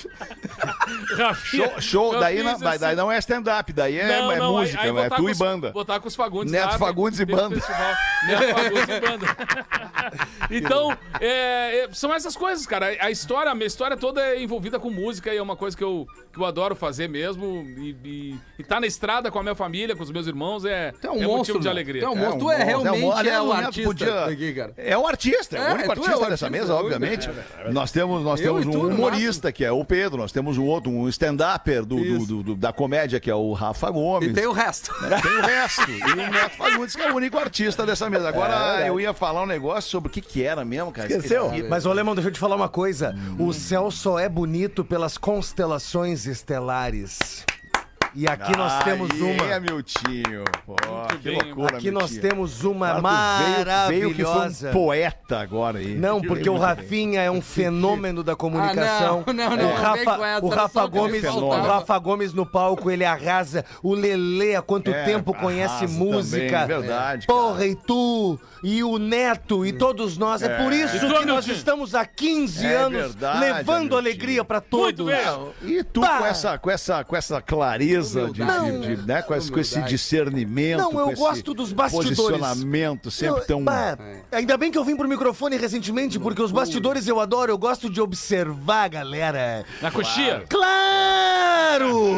Rafinha, Show, show daí, Rafinha não, disse daí, assim, daí não é stand-up, daí é, não, é não, aí- música, aí é botar tu com e os- banda. Botar com os Fagundes. Neto lá, Fagundes e tem- tem banda. festival. Neto Fagundes e banda. Então, é, é, são essas coisas, cara. A história, a minha história toda é envolvida com música e é uma coisa que eu, que eu adoro fazer mesmo. E, e, e tá na estrada com a minha família, com os meus irmãos, é, Tu é um é monstro, motivo de né? alegria. Tu é um É monstro. um Tu é monstro, realmente é um- é, aliás, o o Neto artista podia- daqui, cara. É o artista, é, É, o único tu é o artista dessa artista, mesa, obviamente. Nós temos, nós Eu temos e um tu, no humorista, que é o Pedro, nós temos um outro, um stand-upper do, do- Isso. do- do- da comédia, que é o Rafa Gomes. E tem o resto. Tem o resto. E o Neto Fagundes, que é o único artista dessa mesa. Agora, eu ia falar um negócio sobre o que que era mesmo, cara. Esqueceu? Esqueci. Mas, ô Lemão, deixa eu te falar uma coisa. O céu só é bonito pelas constelações estelares. E aqui nós temos uma. É, Miltinho. Pô, que bem, loucura, Aqui nós Miltinho. temos uma Claro, veio, veio que foi maravilhosa. um poeta agora aí. Não, porque o Rafinha é um fenômeno da comunicação. Ah, não, não, não, o vem Rafa, com essa, o era Rafa só o que ele Gomes, o faltava. Rafa Gomes no palco, ele arrasa. O Lelê, há quanto É, tempo conhece arrasa música. também, verdade, Porra, cara. e tu, e o Neto, e todos nós. É, por isso E tu, que nós Miltinho? estamos há quinze É anos verdade, levando Miltinho. alegria pra Muito todos. bem. E tu Pá. com essa, com essa, com essa clareza de, Humildade. de- de- né, com, esse, com esse Humildade. discernimento, Não, eu com esse gosto dos bastidores. posicionamento sempre Eu- tão... pá, ainda bem que eu vim pro microfone recentemente, porque os bastidores eu adoro, eu gosto de observar a galera. Na coxia? Claro!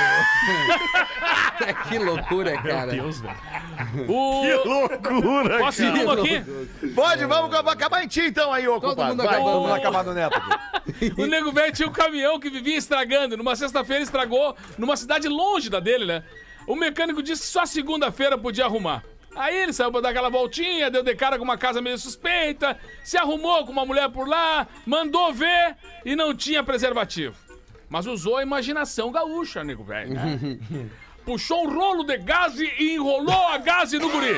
Que loucura, cara. Deus, velho. O... Que loucura, Posso ir cara. uma aqui? Pode, vamos acabar, acabar em ti então aí, ô Todo compadre. mundo Vai. acabando. Vamos acabar no Neto aqui. O nego velho tinha um caminhão que vivia estragando. Numa sexta-feira estragou numa cidade longe da dele, né? O mecânico disse que só segunda-feira podia arrumar. Aí ele saiu pra dar aquela voltinha, deu de cara com uma casa meio suspeita, se arrumou com uma mulher por lá, mandou ver e não tinha preservativo. Mas usou a imaginação gaúcha, nego velho, né? Puxou um rolo de gaze e enrolou a gaze no guri.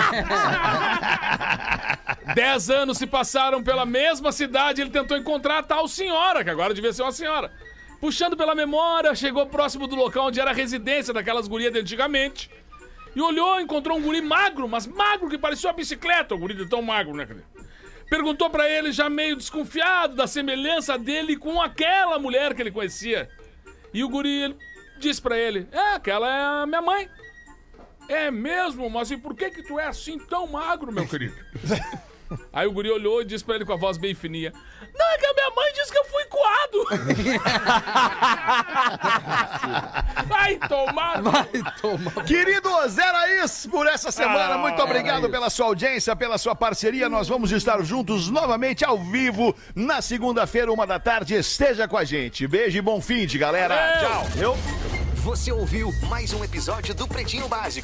Dez anos se passaram pela mesma cidade, ele tentou encontrar a tal senhora, que agora devia ser uma senhora. Puxando pela memória, chegou próximo do local onde era a residência daquelas gurias de antigamente. E olhou, encontrou um guri magro, mas magro que parecia uma bicicleta. O guri de tão magro, né, cara? Perguntou pra ele, já meio desconfiado da semelhança dele com aquela mulher que ele conhecia. E o guri ele disse pra ele, é, aquela é a minha mãe. É mesmo? Mas e por que que tu é assim tão magro, meu querido? Aí o guri olhou e disse pra ele com a voz bem fininha, não, é que a minha mãe disse que eu fui coado. Vai tomar. Vai tomar. Queridos, era isso por essa semana. Muito obrigado pela sua audiência, pela sua parceria. Nós vamos estar juntos novamente ao vivo na segunda-feira, uma da tarde. Esteja com a gente. Beijo e bom fim de galera. Tchau. Você ouviu mais um episódio do Pretinho Básico.